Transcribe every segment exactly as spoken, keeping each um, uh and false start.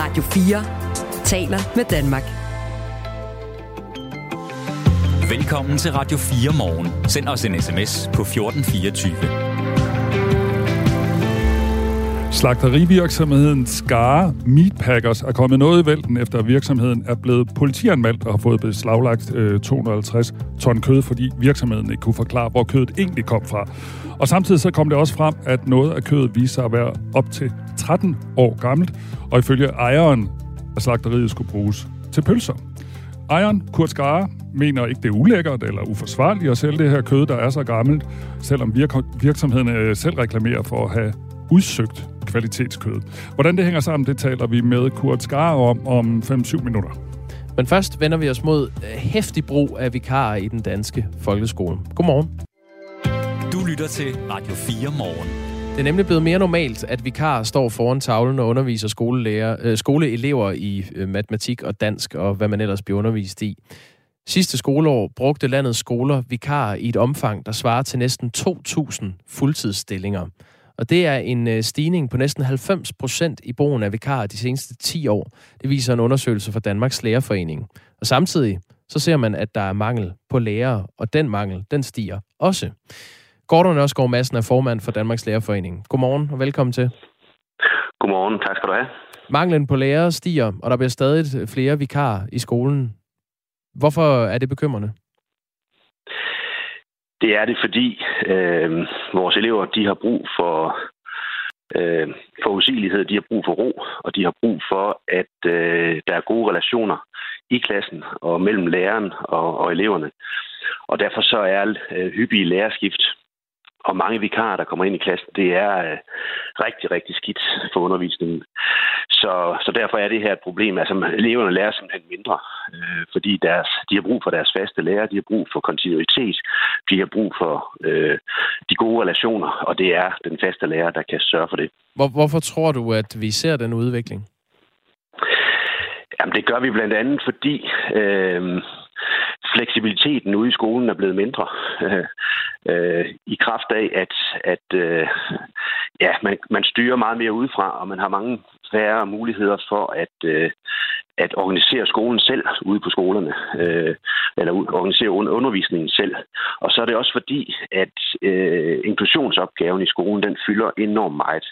Radio fire taler med Danmark. Velkommen til Radio fire Morgen. Send os en sms på fjorten fireogtyve. Slagterivirksomheden Skare Meatpackers er kommet noget i vælten, efter virksomheden er blevet politianmeldt og har fået beslaglagt øh, to hundrede og halvtreds ton kød, fordi virksomheden ikke kunne forklare, hvor kødet egentlig kom fra. Og samtidig så kom det også frem, at noget af kødet viste sig at være op til tretten år gammelt, og ifølge ejeren af slagteriet skulle bruges til pølser. Ejeren, Kurt Skare, mener ikke, det er ulækkert eller uforsvarligt at sælge det her kød, der er så gammelt, selvom virk- virksomheden selv reklamerer for at have udsøgt kvalitetskød. Hvordan det hænger sammen, det taler vi med Kurt Skare om om fem til syv minutter. Men først vender vi os mod heftig brug af vikarer i den danske folkeskole. Godmorgen. Du lytter til Radio fire Morgen. Det er nemlig blevet mere normalt, at vikarer står foran tavlen og underviser skolelærer, øh, skoleelever i øh, matematik og dansk og hvad man ellers bliver undervist i. Sidste skoleår brugte landets skoler vikarer i et omfang, der svarer til næsten to tusind fuldtidsstillinger. Og det er en øh, stigning på næsten halvfems procent i brugen af vikarer de seneste ti år. Det viser en undersøgelse fra Danmarks Lærerforening. Og samtidig så ser man, at der er mangel på lærere, og den mangel, den stiger også. Gordon Ørskov Madsen er formand for Danmarks Lærerforening. Godmorgen og velkommen til. Godmorgen, tak skal du have. Manglen på lærere stiger, og der bliver stadig flere vikarer i skolen. Hvorfor er det bekymrende? Det er det, fordi øh, vores elever de har brug for øh, forudsigelighed, de har brug for ro, og de har brug for, at øh, der er gode relationer i klassen og mellem læreren og, og eleverne. Og derfor så er øh, hyppige lærerskift og mange vikarer, der kommer ind i klassen, det er øh, rigtig, rigtig skidt for undervisningen. Så, så derfor er det her et problem. Altså, eleverne lærer simpelthen mindre, øh, fordi deres, de har brug for deres faste lærer, de har brug for kontinuitet, de har brug for øh, de gode relationer, og det er den faste lærer, der kan sørge for det. Hvor, hvorfor tror du, at vi ser den udvikling? Jamen, det gør vi blandt andet, fordi øh, fleksibiliteten ude i skolen er blevet mindre. Øh, øh, I kraft af, at, at øh, ja, man, man styrer meget mere udefra, og man har mange færre muligheder for at, øh, at organisere skolen selv ude på skolerne, øh, eller organisere undervisningen selv. Og så er det også fordi, at øh, inklusionsopgaven i skolen, den fylder enormt meget.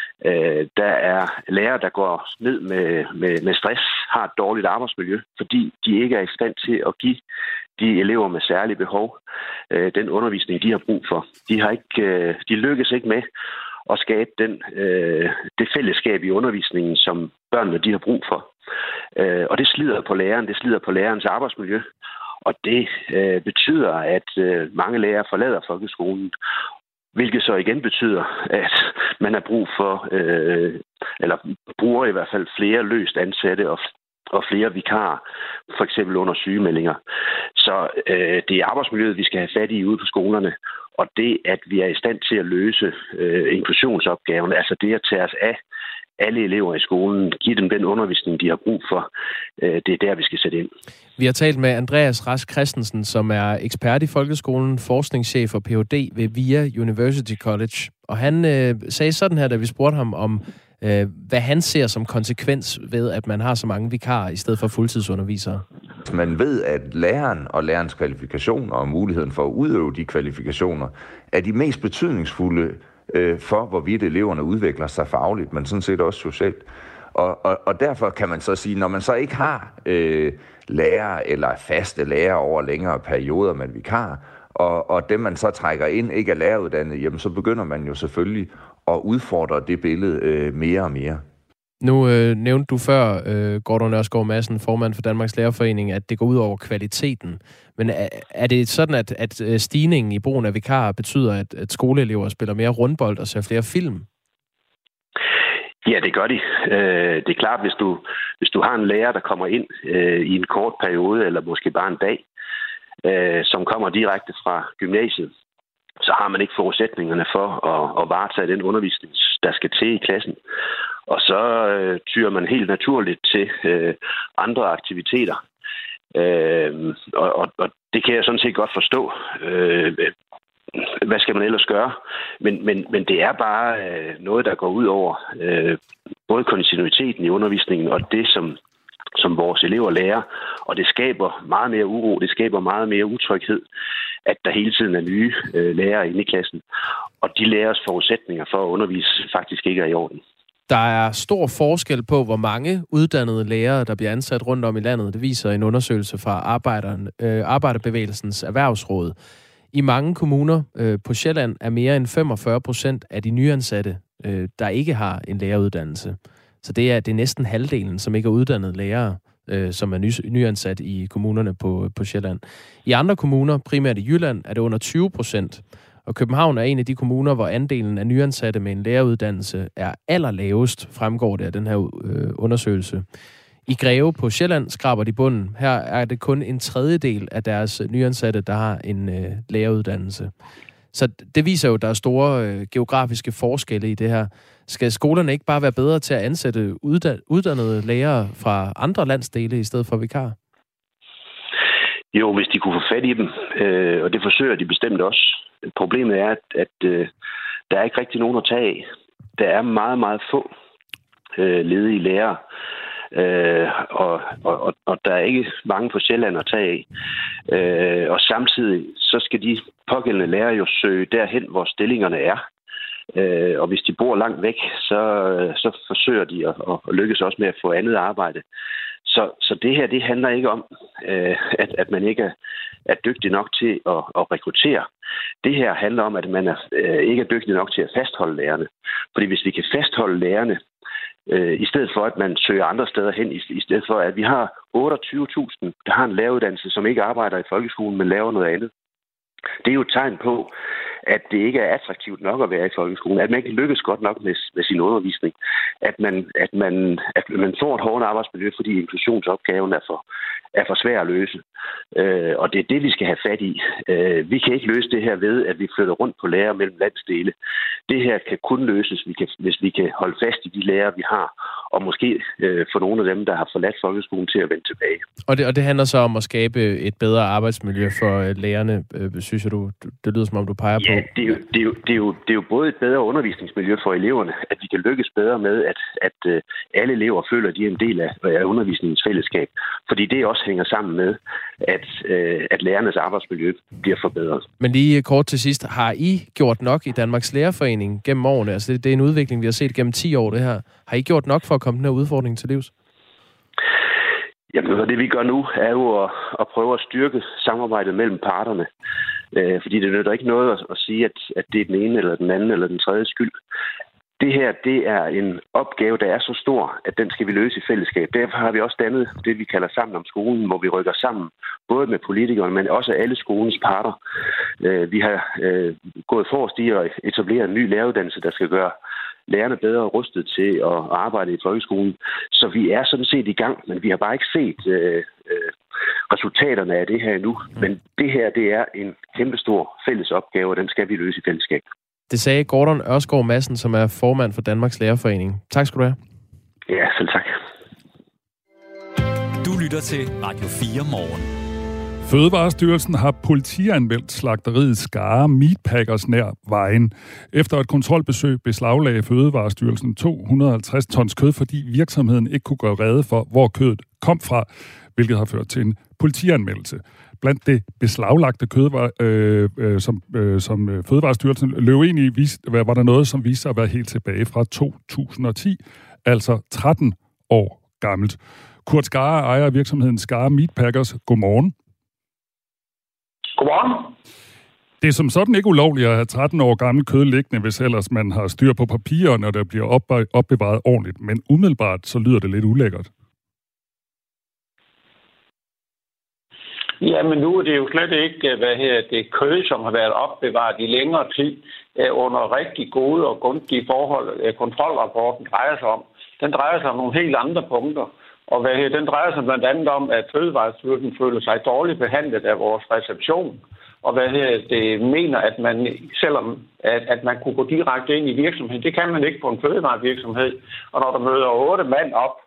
Øh, der er lærere, der går ned med, med, med stress, har et dårligt arbejdsmiljø, fordi de ikke er i stand til at give de elever med særlige behov øh, den undervisning, de har brug for. De har ikke, øh, de lykkes ikke med at skabe den, øh, det fællesskab i undervisningen, som børnene de har brug for. Øh, og det slider på læreren, det slider på lærerens arbejdsmiljø, og det øh, betyder, at øh, mange lærere forlader folkeskolen, hvilket så igen betyder, at man har brug for, øh, eller bruger i hvert fald flere løst ansatte og, og flere vikarer, for eksempel under sygemeldinger. Så øh, det er arbejdsmiljøet, vi skal have fat i ude på skolerne, og det, at vi er i stand til at løse øh, inklusionsopgaven, altså det at tage os af alle elever i skolen, give dem den undervisning, de har brug for, øh, det er der, vi skal sætte ind. Vi har talt med Andreas Rask Christensen, som er ekspert i folkeskolen, forskningschef og P H D ved V I A University College. Og han øh, sagde sådan her, da vi spurgte ham om, øh, hvad han ser som konsekvens ved, at man har så mange vikarer i stedet for fuldtidsundervisere. Man ved, at læreren og lærerens kvalifikationer og muligheden for at udøve de kvalifikationer er de mest betydningsfulde øh, for, hvorvidt eleverne udvikler sig fagligt, men sådan set også socialt. Og, og, og derfor kan man så sige, når man så ikke har øh, lærere eller faste lærere over længere perioder med vikar, og, og dem man så trækker ind ikke er læreruddannet, jamen så begynder man jo selvfølgelig at udfordre det billede øh, mere og mere. Nu øh, nævnte du før, øh, Gordon Ørskov Madsen, formand for Danmarks Lærerforening, at det går ud over kvaliteten. Men er, er det sådan, at, at stigningen i brugen af vikarer betyder, at, at skoleelever spiller mere rundbold og ser flere film? Ja, det gør de. Øh, det er klart, hvis du, hvis du har en lærer, der kommer ind øh, i en kort periode, eller måske bare en dag, øh, som kommer direkte fra gymnasiet, så har man ikke forudsætningerne for at, at varetage den undervisning, der skal til i klassen. Og så øh, tyrer man helt naturligt til øh, andre aktiviteter. Øh, og, og, og det kan jeg sådan set godt forstå. Øh, hvad skal man ellers gøre? Men, men, men det er bare øh, noget, der går ud over øh, både kontinuiteten i undervisningen og det, som, som vores elever lærer. Og det skaber meget mere uro, det skaber meget mere utryghed, at der hele tiden er nye øh, lærere inde i klassen. Og de lærers forudsætninger for at undervise faktisk ikke er i orden. Der er stor forskel på, hvor mange uddannede lærere, der bliver ansat rundt om i landet. Det viser en undersøgelse fra øh, Arbejderbevægelsens Erhvervsråd. I mange kommuner øh, på Sjælland er mere end femogfyrre procent af de nyansatte, øh, der ikke har en læreruddannelse. Så det er, det er næsten halvdelen, som ikke er uddannede lærere, øh, som er ny, nyansat i kommunerne på, på Sjælland. I andre kommuner, primært i Jylland, er det under tyve procent. Og København er en af de kommuner, hvor andelen af nyansatte med en læreruddannelse er allerlavest, fremgår det af den her øh, undersøgelse. I Greve på Sjælland skraber de bunden. Her er det kun en tredjedel af deres nyansatte, der har en øh, læreruddannelse. Så det viser jo, at der er store øh, geografiske forskelle i det her. Skal skolerne ikke bare være bedre til at ansætte uddannede lærere fra andre landsdele i stedet for vikar? Jo, hvis de kunne få fat i dem, øh, og det forsøger de bestemt også. Problemet er, at, at øh, der er ikke rigtig nogen at tage af. Der er meget, meget få øh, ledige lærere, øh, og, og, og der er ikke mange på Sjælland at tage af. Øh, og samtidig så skal de pågældende lærere jo søge derhen, hvor stillingerne er. Øh, og hvis de bor langt væk, så, så forsøger de at, at lykkes også med at få andet arbejde. Så, så det her, det handler ikke om, øh, at, at man ikke er, er dygtig nok til at, at rekruttere. Det her handler om, at man er, øh, ikke er dygtig nok til at fastholde lærerne. Fordi hvis vi kan fastholde lærerne, øh, i stedet for at man søger andre steder hen, i, i stedet for at vi har otteogtyve tusind, der har en læreruddannelse, som ikke arbejder i folkeskolen, men laver noget andet. Det er jo et tegn på, at det ikke er attraktivt nok at være i folkeskolen, at man ikke lykkes godt nok med, med sin undervisning, at man, at, man, at man får et hårdt arbejdsmiljø, fordi inklusionsopgaven er for, er for svær at løse. Øh, og det er det, vi skal have fat i. Øh, vi kan ikke løse det her ved, at vi flytter rundt på lærere mellem landsdele. Det her kan kun løses, vi kan, hvis vi kan holde fast i de lærere, vi har, og måske øh, få nogle af dem, der har forladt folkeskolen, til at vende tilbage. Og det, og det handler så om at skabe et bedre arbejdsmiljø for øh, lærerne, øh, synes jeg, du, det lyder som om, du peger på. Ja, det er, jo, det, er jo, det, er jo, det er jo både et bedre undervisningsmiljø for eleverne, at vi kan lykkes bedre med, at, at øh, alle elever føler, at de er en del af, af undervisningens fællesskab. Fordi det også hænger sammen med, at, øh, at lærernes arbejdsmiljø bliver forbedret. Men lige kort til sidst, har I gjort nok i Danmarks Lærerforening gennem årene? Altså det, det er en udvikling, vi har set gennem ti år, det her. Har I gjort nok for at komme den her udfordring til livs? Jamen, det vi gør nu, er jo at, at prøve at styrke samarbejdet mellem parterne. Øh, fordi det nytter ikke noget at, at sige, at, at det er den ene, eller den anden, eller den tredje skyld. Det her, det er en opgave, der er så stor, at den skal vi løse i fællesskab. Derfor har vi også dannet det, vi kalder Sammen om skolen, hvor vi rykker sammen, både med politikerne, men også alle skolens parter. Vi har gået forrest i at etablere en ny læreruddannelse, der skal gøre lærerne bedre rustet til at arbejde i folkeskolen. Så vi er sådan set i gang, men vi har bare ikke set øh, øh, resultaterne af det her endnu. Men det her, det er en kæmpestor fælles opgave, og den skal vi løse i fællesskab. Det sagde Gordon Ørskov Madsen, som er formand for Danmarks Lærerforening. Tak skal du have. Ja, selv tak. Du lytter til Radio fire Morgen. Fødevarestyrelsen har politianmeldt slagteriet Skare Meatpackers nær Vejen. Efter et kontrolbesøg beslaglagde Fødevarestyrelsen to hundrede og halvtreds tons kød, fordi virksomheden ikke kunne gøre rede for, hvor kødet kom fra, hvilket har ført til en politianmeldelse. Blandt det beslaglagte kød, var, øh, øh, som, øh, som Fødevarestyrelsen løb ind i, viste, var der noget, som viste sig at være helt tilbage fra to tusind og ti, altså tretten år gammelt. Kurt Skare ejer virksomheden Skare Meatpackers. Godmorgen. Godmorgen. Det er som sådan ikke ulovligt at have tretten år gammel kød liggende, hvis ellers man har styr på papirerne, og der bliver opbevaret ordentligt. Men umiddelbart så lyder det lidt ulækkert. Ja, men nu er det jo slet ikke, hvad her, det kød, som har været opbevaret i længere tid under rigtig gode og grundige forhold, kontrolrapporten drejer sig om. Den drejer sig om nogle helt andre punkter. Og hvad her, den drejer sig blandt andet om, at Fødevarestyrelsen føler sig dårligt behandlet af vores reception. Og hvad her, det mener, at man, selvom at, at man kunne gå direkte ind i virksomheden, det kan man ikke på en fødevarevirksomhed. Og når der møder otte mand op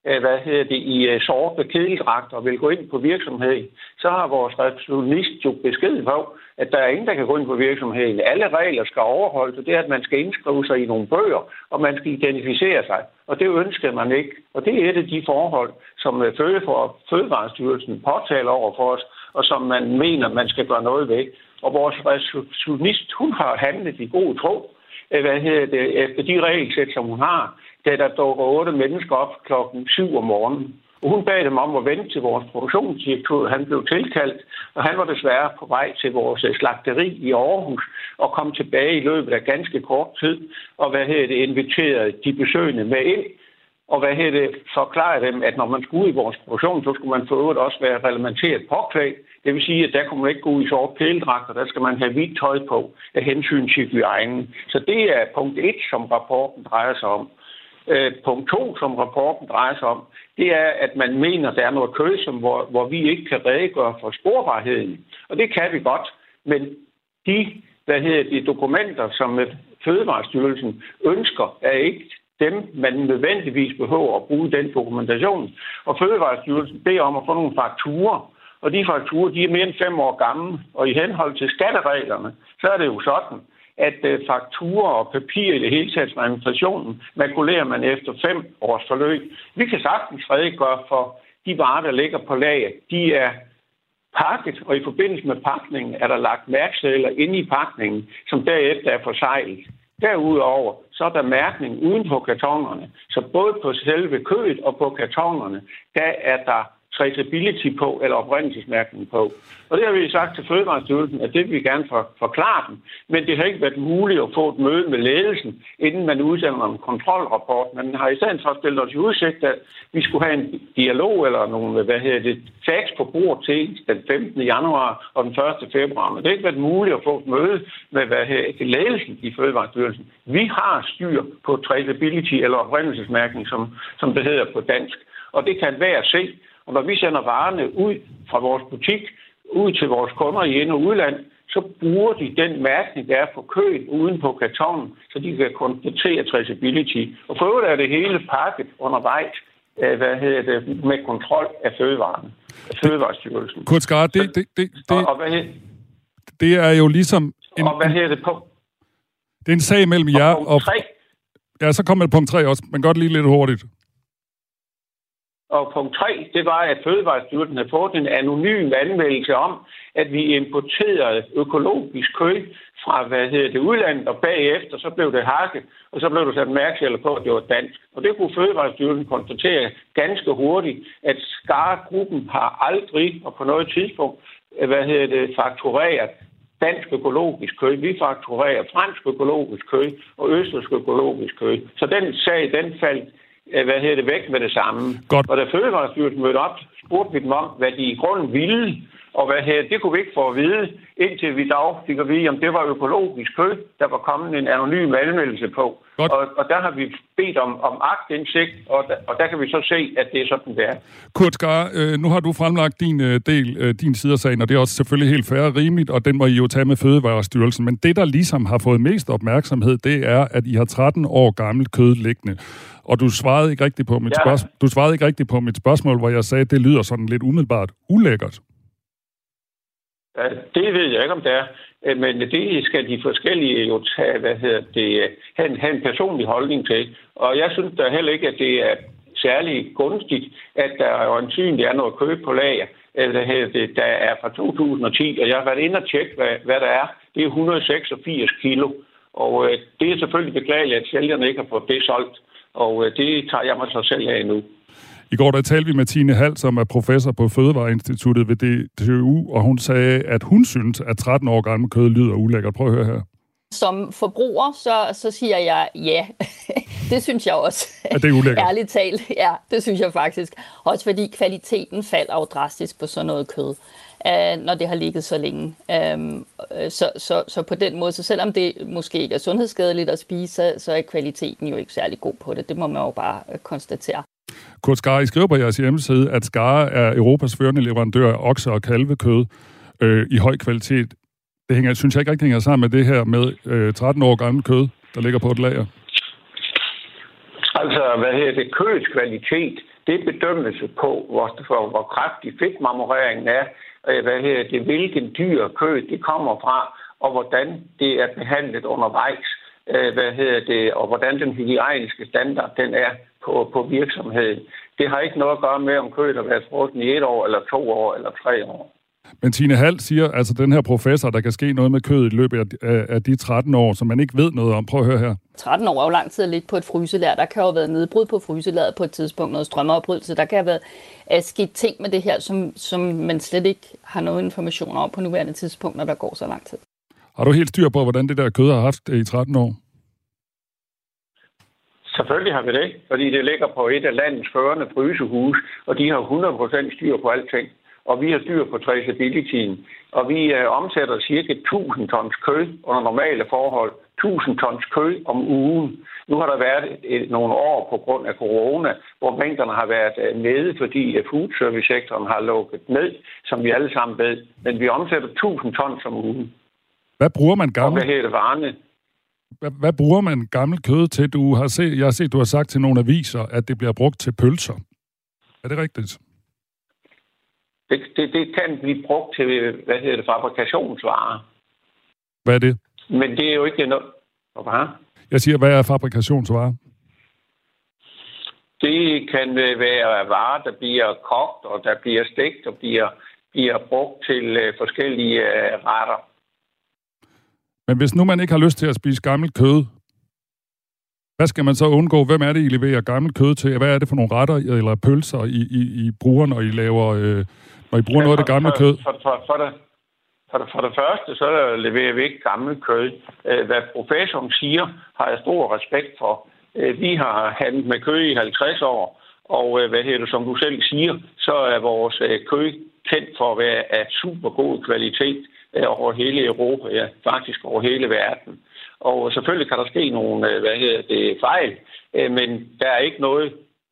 hvad hedder det, i sorte kedeldragter og vil gå ind på virksomheden, så har vores receptionist jo besked på, at der er ingen, der kan gå ind på virksomheden. Alle regler skal overholdes, og det er, at man skal indskrive sig i nogle bøger, og man skal identificere sig. Og det ønsker man ikke. Og det er et af de forhold, som Fødevarestyrelsen påtaler over for os, og som man mener, man skal gøre noget ved. Og vores receptionist, hun har handlet i god tro, hvad hedder det, efter de regelsæt, som hun har, da der dukker otte mennesker op klokken syv om morgenen. Og hun bad dem om at vente til vores produktionsdirektør. Han blev tilkaldt, og han var desværre på vej til vores slagteri i Aarhus og kom tilbage i løbet af ganske kort tid. Og hvad hedder det, inviterede de besøgende med ind. Og hvad hedder det, forklarede dem, at når man skulle ud i vores produktion, så skulle man for øvrigt også være reglementeret påklædt. Det vil sige, at der kunne man ikke gå ud i sort kedeldragter, der skal man have hvidt tøj på af hensyn til hygiejnen. Så det er punkt et, som rapporten drejer sig om. Øh, punkt to, som rapporten drejer sig om, det er, at man mener, at der er noget kød, som, hvor, hvor vi ikke kan redegøre for sporbarheden. Og det kan vi godt, men de, hvad hedder de dokumenter, som Fødevarestyrelsen ønsker, er ikke dem, man nødvendigvis behøver at bruge den dokumentation. Og Fødevarestyrelsen beder om at få nogle fakturer, og de fakturer, de er mere end fem år gamle, og i henhold til skattereglerne, så er det jo sådan, at fakturer og papir i det hele taget fra administrationen makulerer man efter fem års forløb. Vi kan sagtens redegøre for de varer, der ligger på lager. De er pakket, og i forbindelse med pakningen er der lagt mærksedler inde i pakningen, som derefter er forseglet. Derudover så er der mærkning uden på kartonerne. Så både på selve kødet og på kartonerne, der er der traceability på, eller oprindelsesmærkning på. Og det har vi sagt til Fødevarestyrelsen, at det vil vi gerne for, forklare dem. Men det har ikke været muligt at få et møde med ledelsen, inden man udsender en kontrolrapport. Man har i stedet for stillet os i udsigt, at vi skulle have en dialog, eller nogle, hvad hedder det, facts på bord til den femtende januar og den første februar. Men det har ikke været muligt at få et møde med, hvad hedder det, ledelsen i Fødevarestyrelsen. Vi har styr på traceability, eller oprindelsesmærkning, som, som det hedder på dansk. Og det kan være at se. Og når vi sender varerne ud fra vores butik, ud til vores kunder i ind- og udland, så bruger de den mærkning, der er på køen uden på kartonen, så de kan konstatere traceability. Og for øvrigt er det hele pakket undervejs hvad hedder det, med kontrol af fødevarene, Fødevarestyrelsen. Kurt Skare, det, det, det, det, og, og hvad hedder, det er jo ligesom... En, og hvad hedder det på? Det er en sag mellem jer og... og ja, så kommer punkt tre også, men godt lige lidt hurtigt. Og punkt tre, det var, at Fødevarestyrelsen havde fået en anonym anmeldelse om, at vi importerede økologisk kød fra, hvad hedder det, udlandet, og bagefter så blev det hakket, og så blev der sat mærkesælder på, at det var dansk. Og det kunne Fødevarestyrelsen konstatere ganske hurtigt, at Skare-gruppen har aldrig og på noget tidspunkt, hvad hedder det, faktureret dansk økologisk kød. Vi fakturerer fransk økologisk kød og østrigsk økologisk kød. Så den sag, den faldt hvad hedder det, væk med det samme. Godt. Og da Fødevarestyrelsen mødte op, spurgte vi dem om, hvad de i grunden ville, og hvad her, det kunne vi ikke få at vide, indtil vi dog fik at vide, om det var økologisk kød, der var kommet en anonym anmeldelse på. Og, og der har vi bedt om, om aktindsigt, og der, og der kan vi så se, at det er sådan, det er. Kurt Skare, øh, nu har du fremlagt din øh, del, øh, din side af sagen, og det er også selvfølgelig helt fair og rimeligt, og den må I jo tage med Fødevarestyrelsen. Men det, der ligesom har fået mest opmærksomhed, det er, at I har tretten år gammelt kød liggende. Og du svarede ikke rigtigt på mit ja. spørgsmål. Du svarede ikke rigtigt på mit spørgsmål, hvor jeg sagde, at det lyder sådan lidt umiddelbart ulækkert. Ja, det ved jeg ikke, om det er. Men det skal de forskellige jo tage, hvad hedder det, have en, have en personlig holdning til. Og jeg synes da heller ikke, at det er særlig gunstigt, at der øjensynligt er noget kød på lager. Det, der er fra to tusind og ti, og jeg har været inde og tjekke, hvad, hvad der er. Det er et hundrede og seksogfirs kilo. Og øh, det er selvfølgelig beklageligt, at sælgerne ikke har fået det solgt. Og øh, det tager jeg mig så selv af nu. I går der talte vi med Tine Hald, som er professor på Fødevareinstituttet ved D T U, og hun sagde, at hun synes, at tretten år gammel kød lyder ulækkert. Prøv at høre her. Som forbruger, så, så siger jeg ja. Det synes jeg også. Er det ulækkert? Ærligt talt, ja, det synes jeg faktisk. Også fordi kvaliteten falder jo drastisk på sådan noget kød, øh, når det har ligget så længe. Øh, så, så, så på den måde, så selvom det måske ikke er sundhedsskadeligt at spise, så, så er kvaliteten jo ikke særlig god på det. Det må man jo bare konstatere. Kurt Skare, I skriver på jeres hjemmeside, at Skare er Europas førende leverandør af okse- og kalvekød øh, i høj kvalitet. Det hænger, synes jeg ikke rigtig hænger sammen med det her med øh, tretten år gammel kød, der ligger på et lager. Altså, hvad hedder det? Kødets kvalitet, det bedømmes på, hvor, for, hvor kraftig fedtmarmoreringen er, hvad hedder det, hvilken dyr kød det kommer fra, og hvordan det er behandlet undervejs, hvad hedder det, og hvordan den hygiejniske standard den er på, på virksomheden. Det har ikke noget at gøre med, om kødet har været frugten i et år, eller to år, eller tre år. Men Tine Hald siger, altså den her professor, der kan ske noget med kødet i løbet af, af de tretten år, som man ikke ved noget om. Prøv at høre her. tretten år er jo lang tid at ligge på et fryselær. Der kan jo have været nedbrud på fryselæret på et tidspunkt, noget strømafbrydelse. Der kan have været uh, sket ting med det her, som, som man slet ikke har noget information om på nuværende tidspunkt, når der går så lang tid. Har du helt styr på, hvordan det der kød har haft i tretten år? Selvfølgelig har vi det, fordi det ligger på et af landets førende frysehus, og de har hundrede procent styr på alting. Og vi har styr på traceabilityen. Og vi øh, omsætter cirka tusind tons kød under normale forhold. tusind tons kød om ugen. Nu har der været et, et, nogle år på grund af corona, hvor mængderne har været øh, nede, fordi øh, foodservice-sektoren har lukket ned, som vi alle sammen ved. Men vi omsætter tusind tons om ugen. Hvad bruger man gammel? Og hvad hedder varerne? Hvad, hvad bruger man gammel kød til? Du har set, jeg har set, du har sagt til nogle aviser, at det bliver brugt til pølser. Er det rigtigt? Det, det, det kan blive brugt til, hvad hedder det, fabrikationsvarer. Hvad er det? Men det er jo ikke noget... Hvad? Jeg siger, hvad er fabrikationsvarer? Det kan være varer, der bliver kogt, og der bliver stegt, og bliver, bliver brugt til uh, forskellige uh, retter. Men hvis nu man ikke har lyst til at spise gammelt kød, hvad skal man så undgå? Hvem er det, I leverer gammelt kød til? Hvad er det for nogle retter eller pølser, I, I, I bruger, når I laver, øh, når I bruger ja, noget af det gamle for, kød? For, for, for, det, for, det, for det første, så leverer vi ikke gammelt kød. Hvad professoren siger, har jeg stor respekt for. Vi har handlet med kød i halvtreds år, og hvad hedder det, som du selv siger, så er vores kød kendt for at være af super god kvalitet over hele Europa, ja, faktisk over hele verden. Og selvfølgelig kan der ske nogle, hvad hedder det, fejl, men der er ikke noget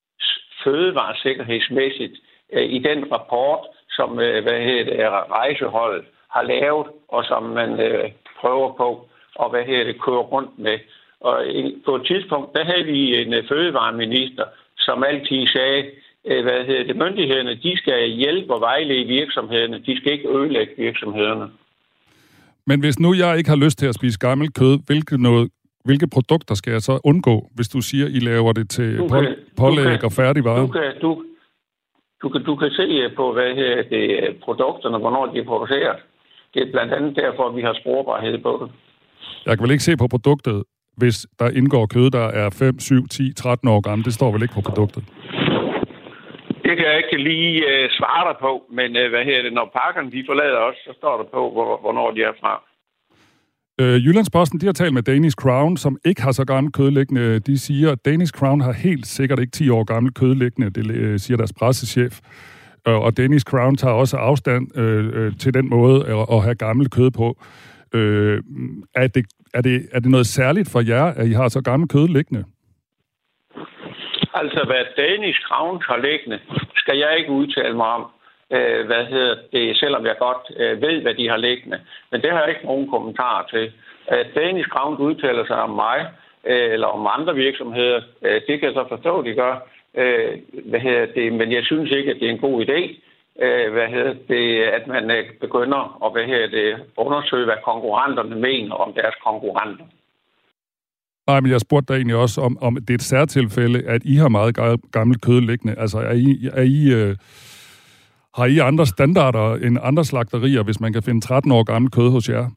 fødevaresikkerhedsmæssigt i den rapport, som, hvad hedder det, rejseholdet har lavet, og som man prøver på at, hvad hedder det, køre rundt med. Og på et tidspunkt, der havde vi en fødevareminister, som altid sagde, hvad hedder det, myndighederne, de skal hjælpe og vejlede virksomhederne, de skal ikke ødelægge virksomhederne. Men hvis nu jeg ikke har lyst til at spise gammelt kød, hvilke, noget, hvilke produkter skal jeg så undgå, hvis du siger, I laver det til kan, pålæg og færdigvarer? Du kan, du, du, kan, du kan se på, hvad her det produkterne, hvornår de er produceret. Det er blandt andet derfor, at vi har sporbarhed på det. Jeg kan vel ikke se på produktet, hvis der indgår kød, der er fem, syv, ti, tretten år gammel. Det står vel ikke på produktet? Det kan jeg ikke lige uh, svare dig på, men uh, hvad hedder det, når pakkerne de forlader os, så står der på, hvor, hvornår de er fra. Øh, Jyllandsposten, de har talt med Danish Crown, som ikke har så gammel kød liggende. De siger, at Danish Crown har helt sikkert ikke ti år gammel kød liggende, det øh, siger deres pressechef. Øh, og Danish Crown tager også afstand øh, øh, til den måde at, at have gammel kød på. Øh, er, det, er, det, er det noget særligt for jer, at I har så gammel kød liggende? Altså, hvad Danish Crown har liggende, skal jeg ikke udtale mig om, øh, hvad hedder det, selvom jeg godt øh, ved, hvad de har liggende. Men det har jeg ikke nogen kommentarer til. At Danish Crown udtaler sig om mig, øh, eller om andre virksomheder, øh, det kan jeg så forstå, de gør. Øh, hvad hedder det, men jeg synes ikke, at det er en god idé, øh, hvad hedder det, at man øh, begynder at hvad hedder det, undersøge, hvad konkurrenterne mener om deres konkurrenter. Nej, men jeg spurgte dig egentlig også, om, om det er et særtilfælde, at I har meget gammelt kød liggende. Altså, er I, er I, øh, har I andre standarder end andre slagterier, hvis man kan finde tretten år gammel kød hos jer?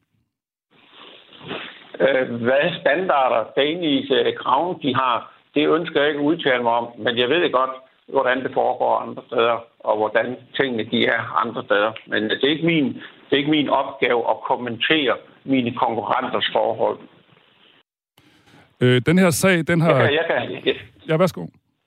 Øh, hvad standarder Danish øh, Crown de har, det ønsker jeg ikke at udtale mig om, men jeg ved godt, hvordan det foregår andre steder, og hvordan tingene de er andre steder. Men det er ikke min, det er ikke min opgave at kommentere mine konkurrenters forhold. Øh, den her sag, den har... Jeg kan, jeg kan, jeg... Ja, værsgo.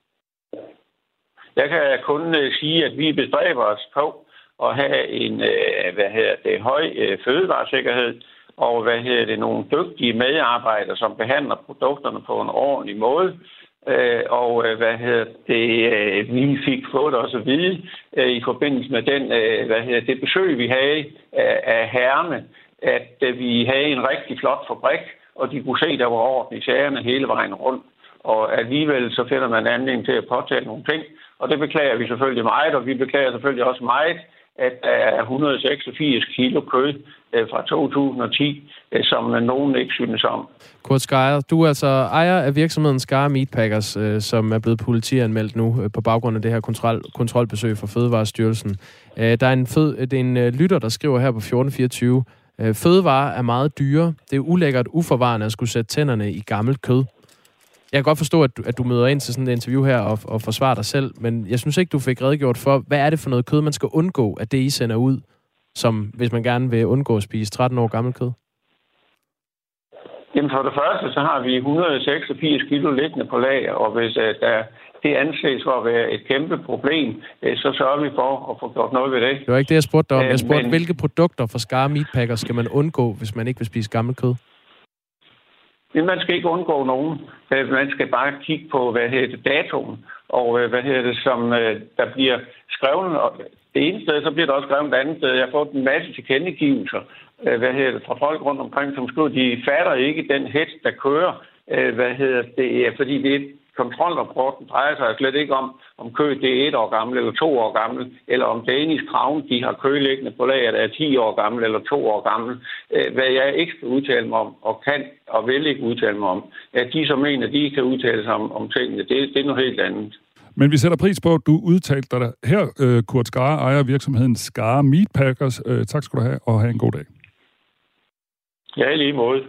Jeg kan kun uh, sige, at vi bestræber os på at have en uh, hvad hedder det, høj uh, fødevaresikkerhed, og hvad hedder det, nogle dygtige medarbejdere, som behandler produkterne på en ordentlig måde. Uh, og uh, hvad hedder det, uh, vi fik fået også at vide uh, i forbindelse med den, uh, hvad hedder det besøg, vi havde uh, af herrene, at uh, vi havde en rigtig flot fabrik, og de kunne se, der var orden i sagerne hele vejen rundt. og alligevel så finder man anledning til at påtale nogle ting. Og det beklager vi selvfølgelig meget, og vi beklager selvfølgelig også meget, at der er et hundrede og seksogfirs kilo kød fra to tusind og ti, som nogen ikke synes om. Kurt Skejer, du er altså ejer af virksomheden Skar Meatpackers, som er blevet politianmeldt nu på baggrund af det her kontrol, kontrolbesøg fra Fødevarestyrelsen. Der er en, fød, det er en lytter, der skriver her på fjorten fireogtyve. Fødevarer er meget dyre. Det er ulækkert uforvarende at skulle sætte tænderne i gammelt kød. Jeg kan godt forstå, at du, at du møder ind til sådan et interview her og, og forsvarer dig selv, men jeg synes ikke, du fik redegjort for, hvad er det for noget kød, man skal undgå, at det I sender ud, som hvis man gerne vil undgå at spise tretten år gammelt kød? Jamen for det første, så har vi et hundrede og seksogfirs kilo liggende på lager, og hvis uh, der, det anses for at være et kæmpe problem, uh, så sørger vi for at få gjort noget ved det. Det var ikke det, jeg spurgte dig om. Jeg spurgte, men hvilke produkter fra Skar Meatpackers skal man undgå, hvis man ikke vil spise gammelt kød? Men man skal ikke undgå nogen. Man skal bare kigge på, hvad hedder det, datoen, og hvad hedder det, som der bliver skrevet. Og det ene sted, så bliver der også skrevet det andet sted. Jeg har fået en masse tilkendegivelser, hvad hedder det, fra folk rundt omkring, som skriver, de fatter ikke den hest, der kører, hvad hedder det, fordi det er kontrolrapporten drejer sig slet ikke om, om kød det er et år gammel eller to år gammel, eller om Danish Crown, de har kød liggende på lager, der er ti år gammel eller to år gammel. Hvad jeg ikke skal udtale mig om, og kan og vil ikke udtale mig om, at de som mener, de kan udtale sig om, om tingene, det, det er noget helt andet. Men vi sætter pris på, at du udtalte dig her. Kurt Skejer ejer virksomheden Skar Meatpackers. Tak skal du have, og have en god dag. Ja, i lige måde.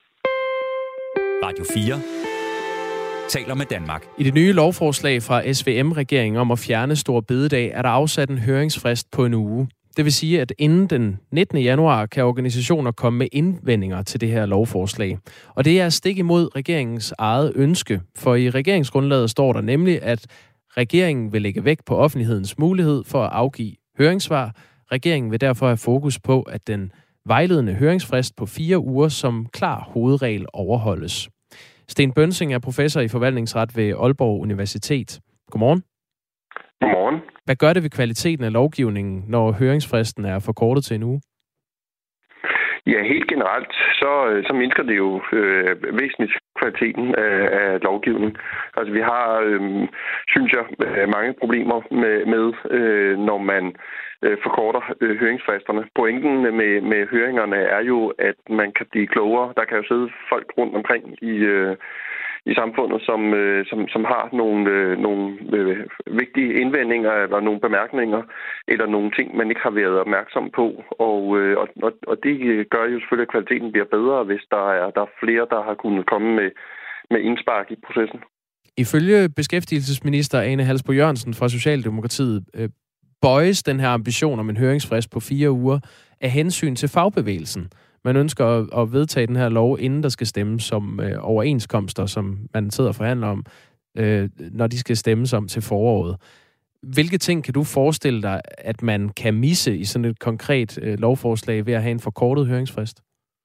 Radio fire taler med Danmark. I det nye lovforslag fra S V M-regeringen om at fjerne Store Bededag, er der afsat en høringsfrist på en uge. Det vil sige, at inden den nittende januar kan organisationer komme med indvendinger til det her lovforslag. Og det er stik imod regeringens eget ønske, for i regeringsgrundlaget står der nemlig, at regeringen vil lægge vægt på offentlighedens mulighed for at afgive høringssvar. Regeringen vil derfor have fokus på, at den vejledende høringsfrist på fire uger som klar hovedregel overholdes. Sten Bønsing er professor i forvaltningsret ved Aalborg Universitet. Godmorgen. Godmorgen. Hvad gør det ved kvaliteten af lovgivningen, når høringsfristen er forkortet til en uge? Ja, helt generelt, så, så mindsker det jo øh, væsentligt kvaliteten af, af lovgivningen. Altså vi har, øh, synes jeg, mange problemer med, med øh, når man øh, forkorter øh, høringsfristerne. Pointen med, med høringerne er jo, at man kan blive klogere. Der kan jo sidde folk rundt omkring i... Øh, i samfundet, som, øh, som, som har nogle, øh, nogle øh, vigtige indvendinger eller nogle bemærkninger eller nogle ting, man ikke har været opmærksom på. Og, øh, og, og det gør jo selvfølgelig, at kvaliteten bliver bedre, hvis der er, der er flere, der har kunnet komme med, med indspark i processen. Ifølge beskæftigelsesminister Ane Halsboe-Jørgensen fra Socialdemokratiet øh, bøjes den her ambition om en høringsfrist på fire uger af hensyn til fagbevægelsen. Man ønsker at vedtage den her lov, inden der skal stemmes om øh, overenskomster, som man sidder og forhandler om, øh, når de skal stemmes om til foråret. Hvilke ting kan du forestille dig, at man kan misse i sådan et konkret øh, lovforslag ved at have en forkortet høringsfrist?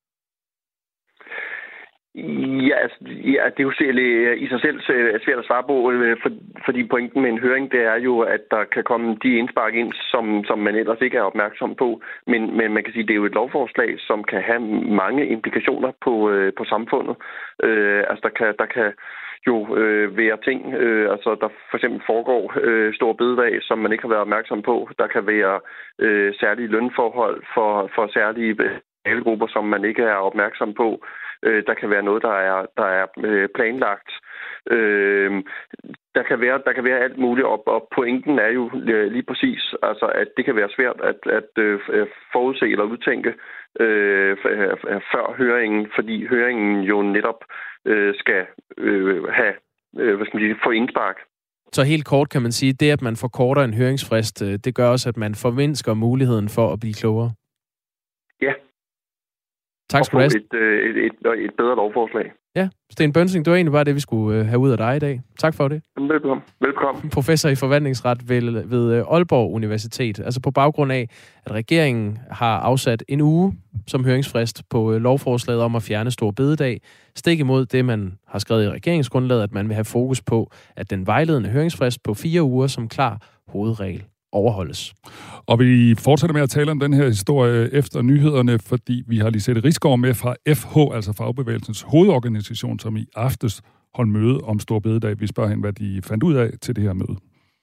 Ja, altså, ja, det er jo i sig selv svært at svare på, for, fordi pointen med en høring, det er jo, at der kan komme de indspark ind, som, som man ellers ikke er opmærksom på. Men, men man kan sige, at det er jo et lovforslag, som kan have mange implikationer på, øh, på samfundet. Øh, altså, der kan, der kan jo øh, være ting, øh, altså der for eksempel foregår øh, Stor Bededag, som man ikke har været opmærksom på. Der kan være øh, særlige lønforhold for, for særlige grupper, som man ikke er opmærksom på. Der kan være noget, der er, der er planlagt. Øh, der, kan være, der kan være alt muligt, og, og pointen er jo lige præcis, altså, at det kan være svært at, at forudse eller udtænke øh, før høringen, fordi høringen jo netop øh, skal øh, have, øh, hvad skal man sige, få indspark. Så helt kort kan man sige, det at man forkorter en høringsfrist, det gør også, at man formindsker muligheden for at blive klogere? Ja. Tak skal du have. Et, et, et, et bedre lovforslag. Ja, Sten Bønsing, det var egentlig bare det, vi skulle have ud af dig i dag. Tak for det. Velkommen. Velkommen. Professor i forvaltningsret ved, ved Aalborg Universitet. Altså på baggrund af, at regeringen har afsat en uge som høringsfrist på lovforslaget om at fjerne Store Bededag. Stik imod det, man har skrevet i regeringsgrundlaget, at man vil have fokus på, at den vejledende høringsfrist på fire uger som klar hovedregel overholdes. Og vi fortsætter med at tale om den her historie efter nyhederne, fordi vi har Lisette Risgaard med fra F H, altså Fagbevægelsens hovedorganisation, som i aftes holdt møde om Store Bededag. Vi spørger hende, hvad de fandt ud af til det her møde.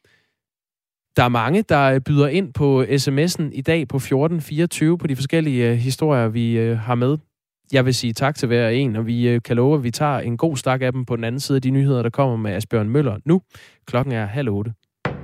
Der er mange, der byder ind på sms'en i dag på fjorten fireogtyve på de forskellige historier, vi har med. Jeg vil sige tak til hver en, og vi kan love, at vi tager en god stak af dem på den anden side af de nyheder, der kommer med Asbjørn Møller nu. Klokken er halv otte.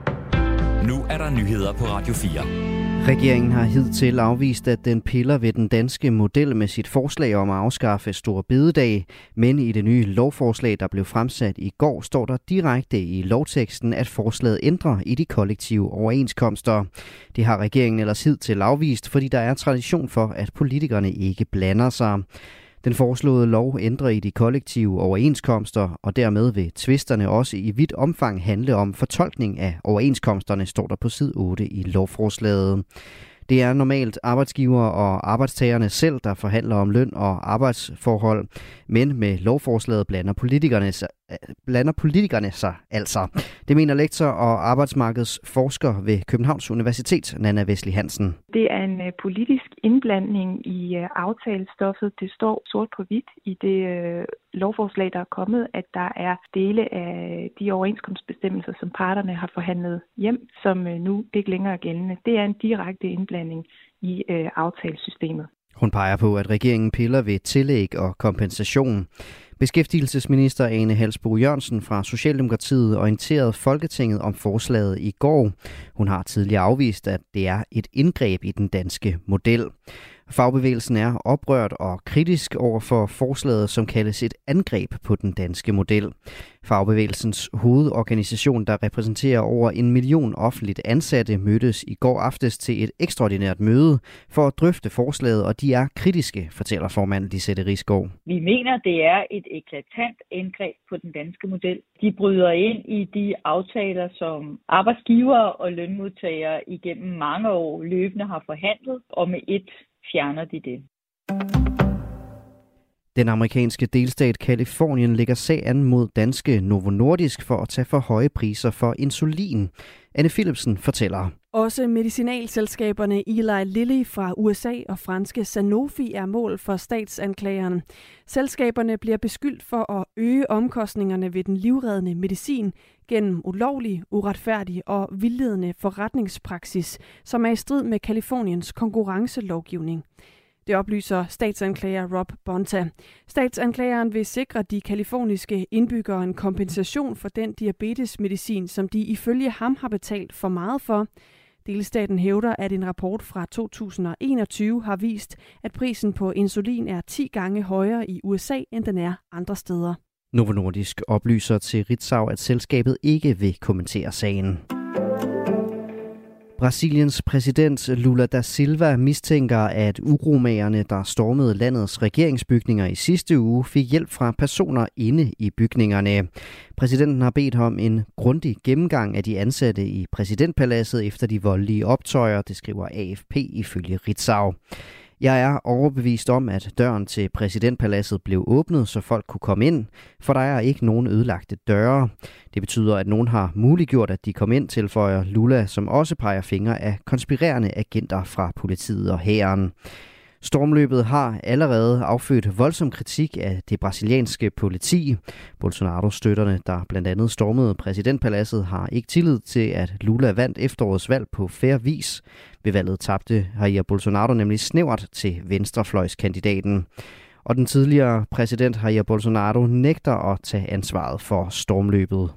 Nu er der nyheder på Radio fire. Regeringen har hidtil afvist, at den piller ved den danske model med sit forslag om at afskaffe Store Bededag, men i det nye lovforslag, der blev fremsat i går, står der direkte i lovteksten, at forslaget ændrer i de kollektive overenskomster. Det har regeringen ellers hidtil afvist, fordi der er tradition for, at politikerne ikke blander sig. Den foreslåede lov ændrer i de kollektive overenskomster, og dermed vil tvisterne også i vidt omfang handle om fortolkning af overenskomsterne, står der på side otte i lovforslaget. Det er normalt arbejdsgiver og arbejdstagerne selv, der forhandler om løn og arbejdsforhold, men med lovforslaget blander politikerne sig, blander politikerne sig altså. Det mener lektor og arbejdsmarkedsforsker ved Københavns Universitet, Nanna Wesley Hansen. Det er en politisk indblanding i aftalestoffet. Det står sort på hvidt i det lovforslag, der er kommet, at der er dele af de overenskomstbestemmelser, som parterne har forhandlet hjem, som nu ikke længere er gældende. Det er en direkte indblanding i aftalesystemet. Hun peger på, at regeringen piller ved tillæg og kompensation. Beskæftigelsesminister Ane Halsboe Jørgensen fra Socialdemokratiet orienterede Folketinget om forslaget i går. Hun har tidligere afvist, at det er et indgreb i den danske model. Fagbevægelsen er oprørt og kritisk over for forslaget, som kaldes et angreb på den danske model. Fagbevægelsens hovedorganisation, der repræsenterer over en million offentligt ansatte, mødtes i går aftes til et ekstraordinært møde for at drøfte forslaget, og de er kritiske, fortæller formand Lisette Risgaard. Vi mener, det er et eklatant indgreb på den danske model. De bryder ind i de aftaler, som arbejdsgivere og lønmodtagere igennem mange år løbende har forhandlet, og med et fjerner de det. Den amerikanske delstat Californien lægger sag an mod danske Novo Nordisk for at tage for høje priser for insulin. Anne Philipsen fortæller. Også medicinalselskaberne Eli Lilly fra U S A og franske Sanofi er mål for statsanklageren. Selskaberne bliver beskyldt for at øge omkostningerne ved den livreddende medicin gennem ulovlig, uretfærdig og vildledende forretningspraksis, som er i strid med Californiens konkurrencelovgivning. Det oplyser statsanklager Rob Bonta. Statsanklageren vil sikre de kaliforniske indbyggere en kompensation for den diabetesmedicin, som de ifølge ham har betalt for meget for. Delstaten hævder, at en rapport fra to tusind og enogtyve har vist, at prisen på insulin er ti gange højere i U S A, end den er andre steder. Novo Nordisk oplyser til Ritzau, at selskabet ikke vil kommentere sagen. Brasiliens præsident Lula da Silva mistænker, at uromagerne, der stormede landets regeringsbygninger i sidste uge, fik hjælp fra personer inde i bygningerne. Præsidenten har bedt om en grundig gennemgang af de ansatte i præsidentpaladset efter de voldelige optøjer, det skriver A F P ifølge Ritzau. Jeg er overbevist om, at døren til præsidentpaladset blev åbnet, så folk kunne komme ind, for der er ikke nogen ødelagte døre. Det betyder, at nogen har muliggjort, at de kom ind, tilføjer Lula, som også peger fingre af konspirerende agenter fra politiet og hæren. Stormløbet har allerede affødt voldsom kritik af det brasilianske politi. Bolsonaro-støtterne, der blandt andet stormede præsidentpaladset, har ikke tillid til, at Lula vandt efterårets valg på fair vis. Ved valget tabte Jair Bolsonaro nemlig snævert til venstrefløjskandidaten. Og den tidligere præsident Jair Bolsonaro nægter at tage ansvaret for stormløbet.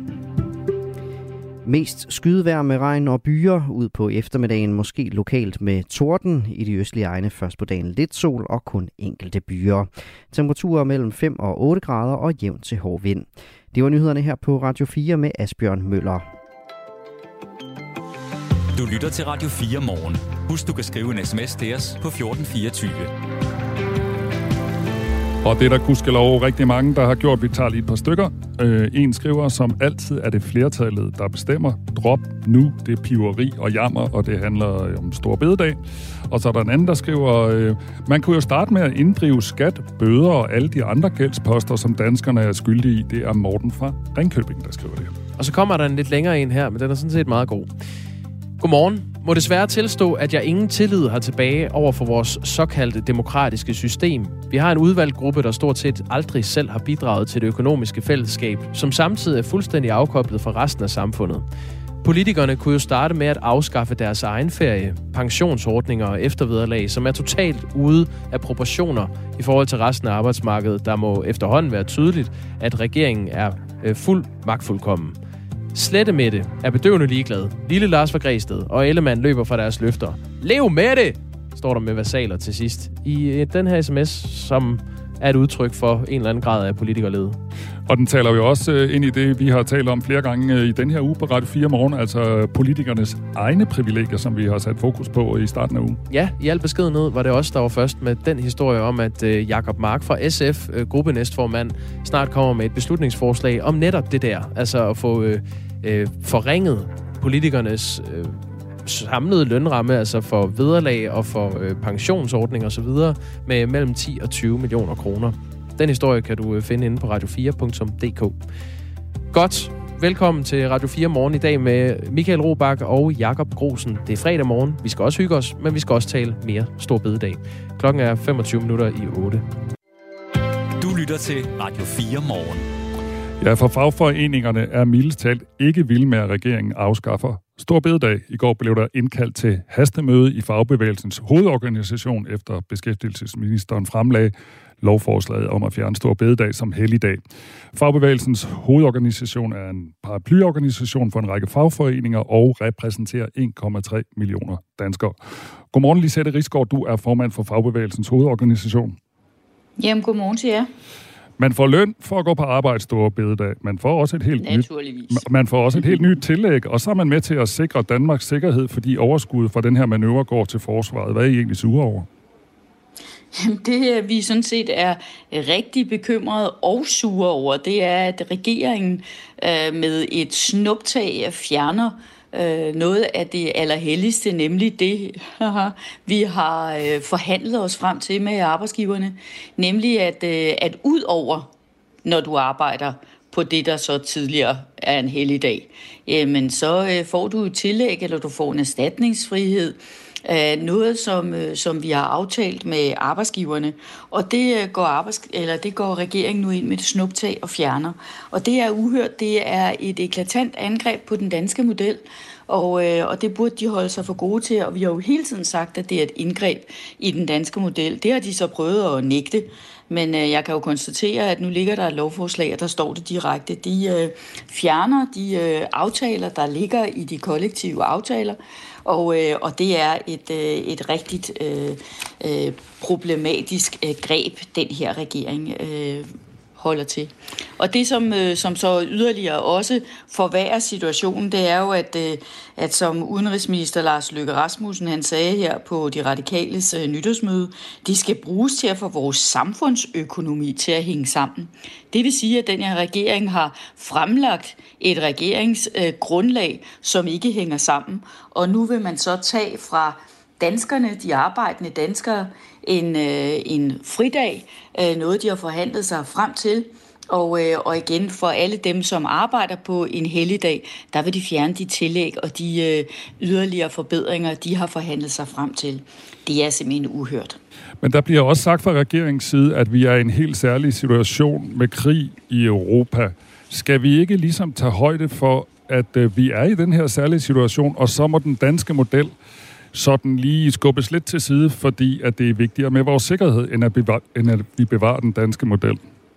Mest skydevejr med regn og byer, ud på eftermiddagen måske lokalt med torden, i de østlige egne først på dagen lidt sol og kun enkelte byer. Temperaturer mellem fem og otte grader og jævn til hård vind. Det var nyhederne her på Radio fire med Asbjørn Møller. Du lytter til Radio fire morgen. Husk, du kan skrive en sms til os på fjorten fireogtyve. Og det er der gudskelov rigtig mange, der har gjort. Vi tager lige et par stykker. Øh, en skriver, som altid er det flertallet, der bestemmer. Drop nu, det er piveri og jammer, og det handler om Store Bededag. Og så er der en anden, der skriver, øh, man kunne jo starte med at inddrive skat, bøder og alle de andre gældsposter, som danskerne er skyldige i. Det er Morten fra Ringkøbing, der skriver det. Og så kommer der en lidt længere en her, men den er sådan set meget god. Godmorgen. Må desværre tilstå, at jeg ingen tillid har tilbage over for vores såkaldte demokratiske system. Vi har en udvalgt gruppe, der stort set aldrig selv har bidraget til det økonomiske fællesskab, som samtidig er fuldstændig afkoblet fra resten af samfundet. Politikerne kunne jo starte med at afskaffe deres egen ferie, pensionsordninger og eftervederlag, som er totalt ude af proportioner i forhold til resten af arbejdsmarkedet, der må efterhånden være tydeligt, at regeringen er øh, fuld magtfuldkommen. Slettemette er bedøvende ligeglad. Lille Lars fra Græsted og Ellemann løber fra deres løfter. Lev med det, står der med versaler til sidst i den her sms, som er et udtryk for en eller anden grad af politikerlede. Og den taler jo også ind i det, vi har talt om flere gange i den her uge på Radio fire Morgen, altså politikernes egne privilegier, som vi har sat fokus på i starten af ugen. Ja, i al beskedenhed var det også, der var først med den historie om, at Jakob Mark fra S F, gruppenæstformand, snart kommer med et beslutningsforslag om netop det der, altså at få øh, øh, forringet politikernes øh, samlede lønramme, altså for vederlag og for øh, pensionsordning og så videre, med mellem ti og tyve millioner kroner. Den historie kan du finde inde på radio fire punktum d k. Godt. Velkommen til Radio fire Morgen i dag med Michael Robach og Jakob Grosen. Det er fredag morgen. Vi skal også hygge os, men vi skal også tale mere stor bededag. Klokken er femogtyve minutter i otte. Du lytter til Radio fire Morgen. Ja, for fagforeningerne er mildest talt ikke vilde med, at regeringen afskaffer stor bededag. I går blev der indkaldt til hastemøde i Fagbevægelsens hovedorganisation, efter beskæftigelsesministeren fremlagde lovforslaget om at fjerne stor bededag som helligdag. Fagbevægelsens hovedorganisation er en paraplyorganisation for en række fagforeninger og repræsenterer en komma tre millioner danskere. Godmorgen, Lisette Risgaard, du er formand for Fagbevægelsens hovedorganisation. Jamen, godmorgen til jer. Man får løn for at gå på arbejde store bededag. Man får også et helt nyt, man får også et helt nyt tillæg, og så er man med til at sikre Danmarks sikkerhed, fordi overskuddet fra den her manøvre går til forsvaret. Hvad er I egentlig sure over? Det, vi sådan set er rigtig bekymrede og sure over, det er, at regeringen øh, med et snuptag fjerner øh, noget af det allerhelligste, nemlig det, vi har øh, forhandlet os frem til med arbejdsgiverne, nemlig at, øh, at ud over, når du arbejder på det, der så tidligere er en helligdag, øh, men så øh, får du et tillæg, eller du får en erstatningsfrihed, noget, som, som vi har aftalt med arbejdsgiverne, og det går, arbejds- eller det går regeringen nu ind med et snuptag og fjerner. Og det er uhørt, det er et eklatant angreb på den danske model, og, og det burde de holde sig for gode til, og vi har jo hele tiden sagt, at det er et indgreb i den danske model. Det har de så prøvet at nægte, men øh, jeg kan jo konstatere, at nu ligger der et lovforslag, og der står det direkte. De øh, fjerner de øh, aftaler, der ligger i de kollektive aftaler, og, øh, og det er et, øh, et rigtigt øh, øh, problematisk øh, greb, den her regering øh, holder til. Og det, som, øh, som så yderligere også forværrer situationen, det er jo, at, øh, at som udenrigsminister Lars Løkke Rasmussen, han sagde her på De Radikales øh, nytårsmøde, de skal bruges til at få vores samfundsøkonomi til at hænge sammen. Det vil sige, at den her regering har fremlagt et regeringsgrundlag, øh, som ikke hænger sammen, og nu vil man så tage fra danskerne, de arbejdende danskere, en, øh, en fridag, øh, noget de har forhandlet sig frem til, og, øh, og igen for alle dem, som arbejder på en helligdag, der vil de fjerne de tillæg og de øh, yderligere forbedringer, de har forhandlet sig frem til. Det er simpelthen uhørt. Men der bliver også sagt fra regeringens side, at vi er i en helt særlig situation med krig i Europa. Skal vi ikke ligesom tage højde for, at øh, vi er i den her særlige situation, og så må den danske model sådan lige skubbes lidt til side, fordi at det er vigtigere med vores sikkerhed, end at, bevare, end at vi bevarer den danske model?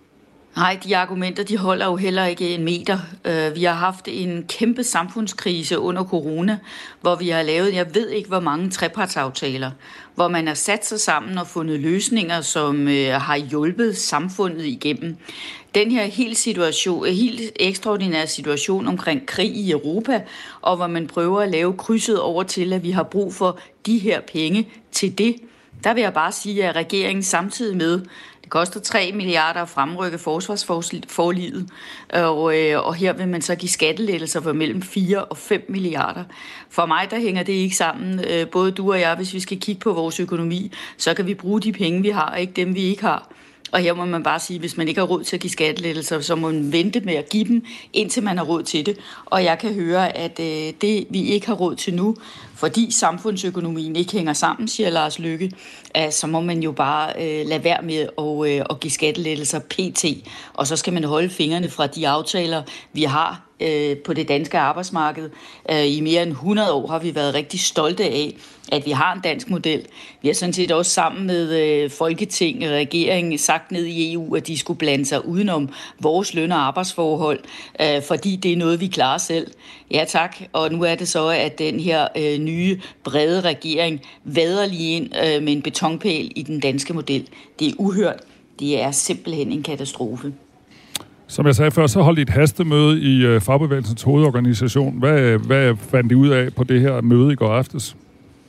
Nej, de argumenter, de holder jo heller ikke en meter. Vi har haft en kæmpe samfundskrise under corona, hvor vi har lavet, jeg ved ikke hvor mange trepartsaftaler, hvor man har sat sig sammen og fundet løsninger, som har hjulpet samfundet igennem. Den her helt, situation, helt ekstraordinære situation omkring krig i Europa, og hvor man prøver at lave krydset over til, at vi har brug for de her penge til det. Der vil jeg bare sige, at regeringen samtidig med, det koster tre milliarder at fremrykke forsvarsforliget, og, og her vil man så give skattelettelser for mellem fire og fem milliarder. For mig, der hænger det ikke sammen. Både du og jeg, hvis vi skal kigge på vores økonomi, så kan vi bruge de penge, vi har, og ikke dem, vi ikke har. Og her må man bare sige, at hvis man ikke har råd til at give skattelettelser, så må man vente med at give dem, indtil man har råd til det. Og jeg kan høre, at øh, det vi ikke har råd til nu, fordi samfundsøkonomien ikke hænger sammen, siger Lars Løkke, øh, så må man jo bare øh, lade være med at, øh, at give skattelettelser pt. Og så skal man holde fingrene fra de aftaler, vi har øh, på det danske arbejdsmarked. Øh, I mere end hundrede år har vi været rigtig stolte af, at vi har en dansk model. Vi har sådan set også sammen med øh, Folketing og regeringen sagt ned i E U, at de skulle blande sig udenom vores løn- og arbejdsforhold, øh, fordi det er noget, vi klarer selv. Ja tak, og nu er det så, at den her øh, nye, brede regering vader lige ind øh, med en betonpæl i den danske model. Det er uhørt. Det er simpelthen en katastrofe. Som jeg sagde før, så holdt I et hastemøde i øh, Fagbevægelsens hovedorganisation. Hvad, hvad fandt I ud af på det her møde i går aftes?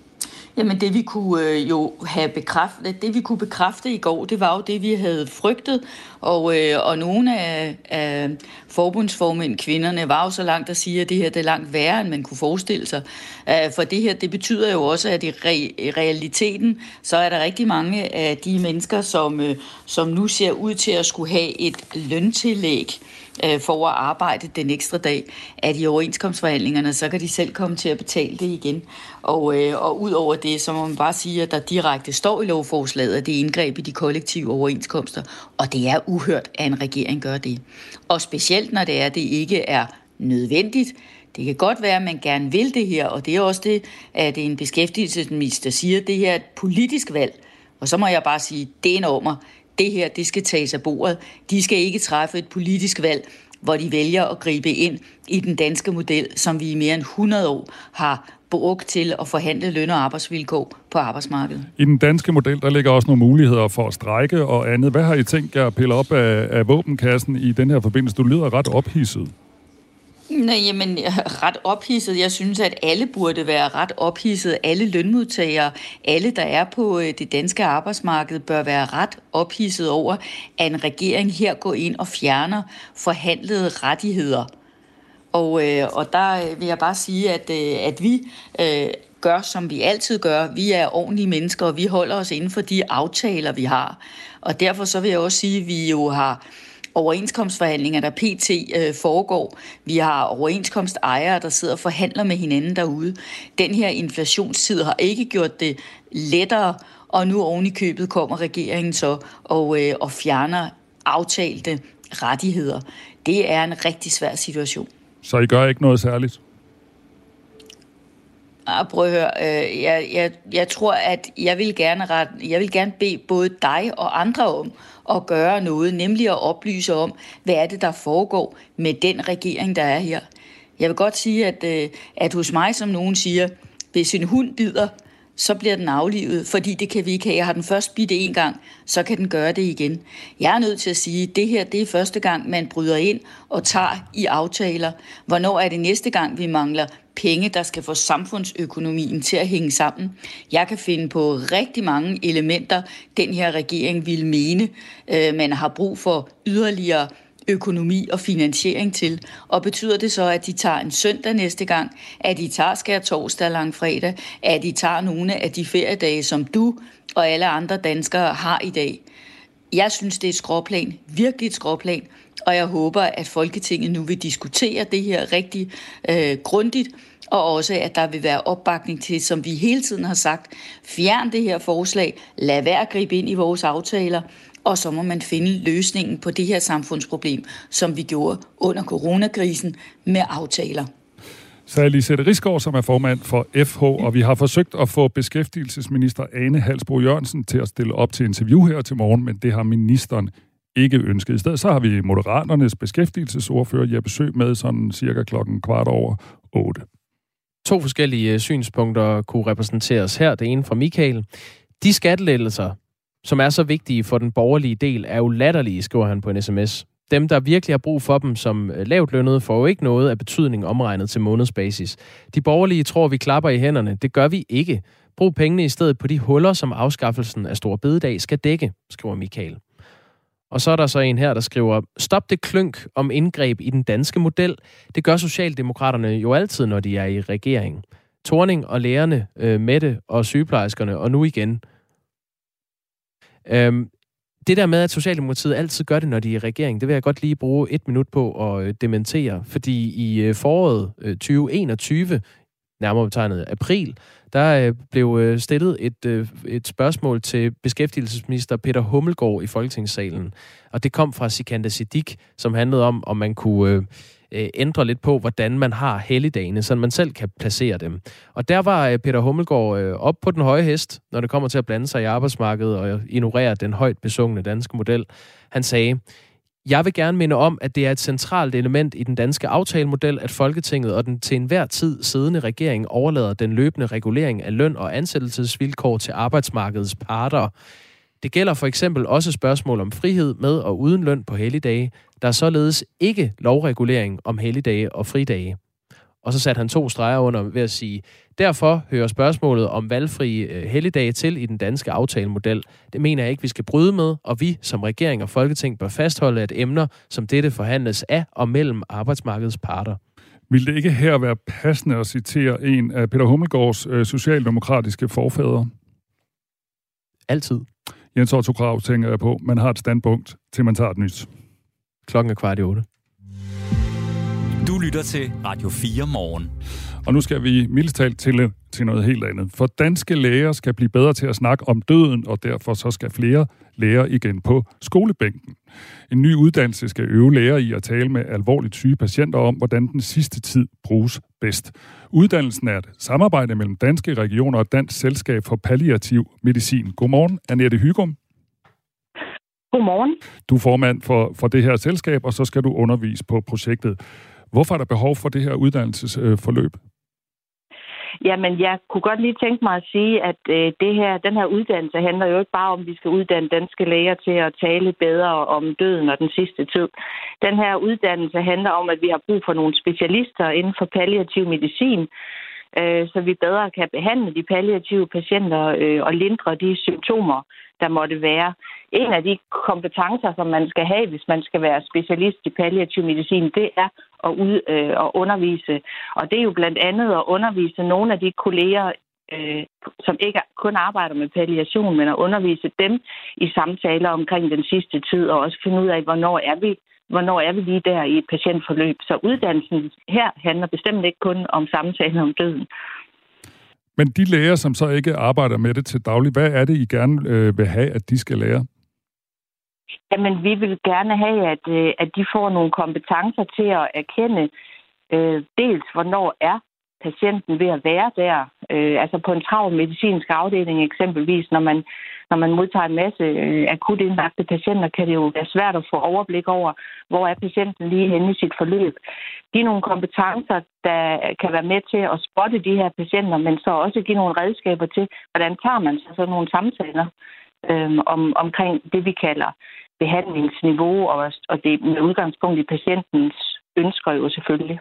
Jamen det vi kunne øh, jo have bekræftet, det vi kunne bekræfte i går, det var jo det vi havde frygtet, og, øh, og nogle af, af forbundsformænd, kvinderne, var jo så langt at sige, at det her det er langt værre, end man kunne forestille sig. Uh, for det her, det betyder jo også, at i, re- i realiteten, så er der rigtig mange af de mennesker, som, øh, som nu ser ud til at skulle have et løntillæg for at arbejde den ekstra dag, at i overenskomstforhandlingerne, så kan de selv komme til at betale det igen. Og, øh, og ud over det, så må man bare sige, at der direkte står i lovforslaget, at det er indgreb i de kollektive overenskomster, og det er uhørt, at en regering gør det. Og specielt når det er, at det ikke er nødvendigt. Det kan godt være, at man gerne vil det her, og det er også det, at en beskæftigelsesminister siger, at det her er et politisk valg. Og så må jeg bare sige, det er enormt. Det her, det skal tages af bordet. De skal ikke træffe et politisk valg, hvor de vælger at gribe ind i den danske model, som vi i mere end hundrede år har brugt til at forhandle løn- og arbejdsvilkår på arbejdsmarkedet. I den danske model, der ligger også nogle muligheder for at strejke og andet. Hvad har I tænkt jer at pille op af, af våbenkassen i den her forbindelse? Du lyder ret ophidset. Nej, jamen, ret ophidset. Jeg synes, at alle burde være ret ophidset. Alle lønmodtagere, alle, der er på det danske arbejdsmarked, bør være ret ophidset over, at en regering her går ind og fjerner forhandlede rettigheder. Og, øh, og der vil jeg bare sige, at, øh, at vi øh, gør, som vi altid gør. Vi er ordentlige mennesker, og vi holder os inden for de aftaler, vi har. Og derfor så vil jeg også sige, at vi jo har overenskomstforhandlinger, der pt. Øh, foregår. Vi har overenskomstejere, der sidder og forhandler med hinanden derude. Den her inflationstid har ikke gjort det lettere, og nu oven i købet kommer regeringen så og, øh, og fjerner aftalte rettigheder. Det er en rigtig svær situation. Så I gør ikke noget særligt? Ah, prøv at høre. Øh, jeg, jeg, jeg tror, at jeg vil, gerne ret, jeg vil gerne bede både dig og andre om at gøre noget, nemlig at oplyse om, hvad er det, der foregår med den regering, der er her. Jeg vil godt sige, at, at hos mig, som nogen siger, hvis en hund bider, så bliver den aflivet, fordi det kan vi ikke have. Jeg har den først bidt en gang, så kan den gøre det igen. Jeg er nødt til at sige, at det her det er første gang, man bryder ind og tager i aftaler. Hvornår er det næste gang, vi mangler penge, der skal få samfundsøkonomien til at hænge sammen? Jeg kan finde på rigtig mange elementer, den her regering vil mene, øh, man har brug for yderligere økonomi og finansiering til. Og betyder det så, at de tager en søndag næste gang, at de tager skær torsdag langfredag, at de tager nogle af de feriedage, som du og alle andre danskere har i dag? Jeg synes, det er et skråplan, virkelig et skråplan, og jeg håber, at Folketinget nu vil diskutere det her rigtig øh, grundigt, og også, at der vil være opbakning til, som vi hele tiden har sagt, fjern det her forslag, lad være at gribe ind i vores aftaler, og så må man finde løsningen på det her samfundsproblem, som vi gjorde under coronakrisen med aftaler. Sagde Lisette Risgaard, som er formand for F H, og vi har forsøgt at få beskæftigelsesminister Ane Halsboe Jørgensen til at stille op til interview her til morgen, men det har ministeren ikke ønsket. I stedet så har vi Moderaternes beskæftigelsesordfører Jeppe Søe med sådan cirka klokken kvart over otte. To forskellige synspunkter kunne repræsenteres her. Det ene fra Michael. De skattelettelser, som er så vigtige for den borgerlige del, er jo latterlige, skriver han på en sms. Dem, der virkelig har brug for dem som lavt lønnede, får jo ikke noget af betydning omregnet til månedsbasis. De borgerlige tror, vi klapper i hænderne. Det gør vi ikke. Brug pengene i stedet på de huller, som afskaffelsen af Store Bededag skal dække, skriver Michael. Og så er der så en her, der skriver, stop det klynk om indgreb i den danske model. Det gør Socialdemokraterne jo altid, når de er i regering. Thorning og lærerne, øh, Mette og sygeplejerskerne, og nu igen. Øhm, Det der med, at Socialdemokratiet altid gør det, når de er i regering, det vil jeg godt lige bruge et minut på at dementere. Fordi i foråret tyve enogtyve, nærmere betegnet april, der blev stillet et, et spørgsmål til beskæftigelsesminister Peter Hummelgaard i Folketingssalen. Og det kom fra Sikandar Siddique, som handlede om, om man kunne ændre lidt på, hvordan man har helligdagene, så man selv kan placere dem. Og der var Peter Hummelgaard op på den høje hest, når det kommer til at blande sig i arbejdsmarkedet og ignorere den højt besungne danske model. Han sagde: Jeg vil gerne minde om, at det er et centralt element i den danske aftalemodel, at Folketinget og den til enhver tid siddende regering overlader den løbende regulering af løn og ansættelsesvilkår til arbejdsmarkedets parter. Det gælder for eksempel også spørgsmål om frihed med og uden løn på helligdage. Der er således ikke lovregulering om helligdage og fridage. Og så satte han to streger under ved at sige: Derfor hører spørgsmålet om valgfri helligdage til i den danske aftalemodel. Det mener jeg ikke, vi skal bryde med, og vi som regering og Folketing bør fastholde, at emner som dette forhandles af og mellem arbejdsmarkedets parter. Vil det ikke her være passende at citere en af Peter Hummelgaards øh, socialdemokratiske forfædre? Altid. Jens Otto Krag, tænker jeg på. Man har et standpunkt, til man tager et nyt. Klokken er kvart i otte. Du lytter til Radio fire Morgen. Og nu skal vi mildest talt til, til noget helt andet. For danske læger skal blive bedre til at snakke om døden, og derfor så skal flere læger igen på skolebænken. En ny uddannelse skal øve læger i at tale med alvorligt syge patienter om, hvordan den sidste tid bruges bedst. Uddannelsen er et samarbejde mellem danske regioner og Dansk Selskab for Palliativ Medicin. Godmorgen, Annette Hygum. Godmorgen. Du er formand for, for det her selskab, og så skal du undervise på projektet. Hvorfor er der behov for det her uddannelsesforløb? Jamen, jeg kunne godt lige tænke mig at sige, at øh, det her, den her uddannelse handler jo ikke bare om, at vi skal uddanne danske læger til at tale bedre om døden og den sidste tid. Den her uddannelse handler om, at vi har brug for nogle specialister inden for palliativ medicin, øh, så vi bedre kan behandle de palliative patienter øh, og lindre de symptomer, der måtte være. En af de kompetencer, som man skal have, hvis man skal være specialist i palliativ medicin, det er at, ud, øh, at undervise. Og det er jo blandt andet at undervise nogle af de kolleger, øh, som ikke kun arbejder med palliation, men at undervise dem i samtaler omkring den sidste tid, og også finde ud af, hvornår er vi, hvornår er vi lige der i et patientforløb. Så uddannelsen her handler bestemt ikke kun om samtaler om døden. Men de læger, som så ikke arbejder med det til daglig, hvad er det, I gerne øh, vil have, at de skal lære? Jamen, vi vil gerne have, at, øh, at de får nogle kompetencer til at erkende øh, dels, hvornår er patienten ved at være der. Øh, altså på en travl medicinsk afdeling eksempelvis, når man, når man modtager en masse øh, akut indlagte patienter, kan det jo være svært at få overblik over, hvor er patienten lige henne i sit forløb. Give nogle kompetencer, der kan være med til at spotte de her patienter, men så også give nogle redskaber til, hvordan tager man så sådan nogle samtaler øh, om, omkring det, vi kalder behandlingsniveau, og, og det med udgangspunkt i patientens ønsker jo selvfølgelig.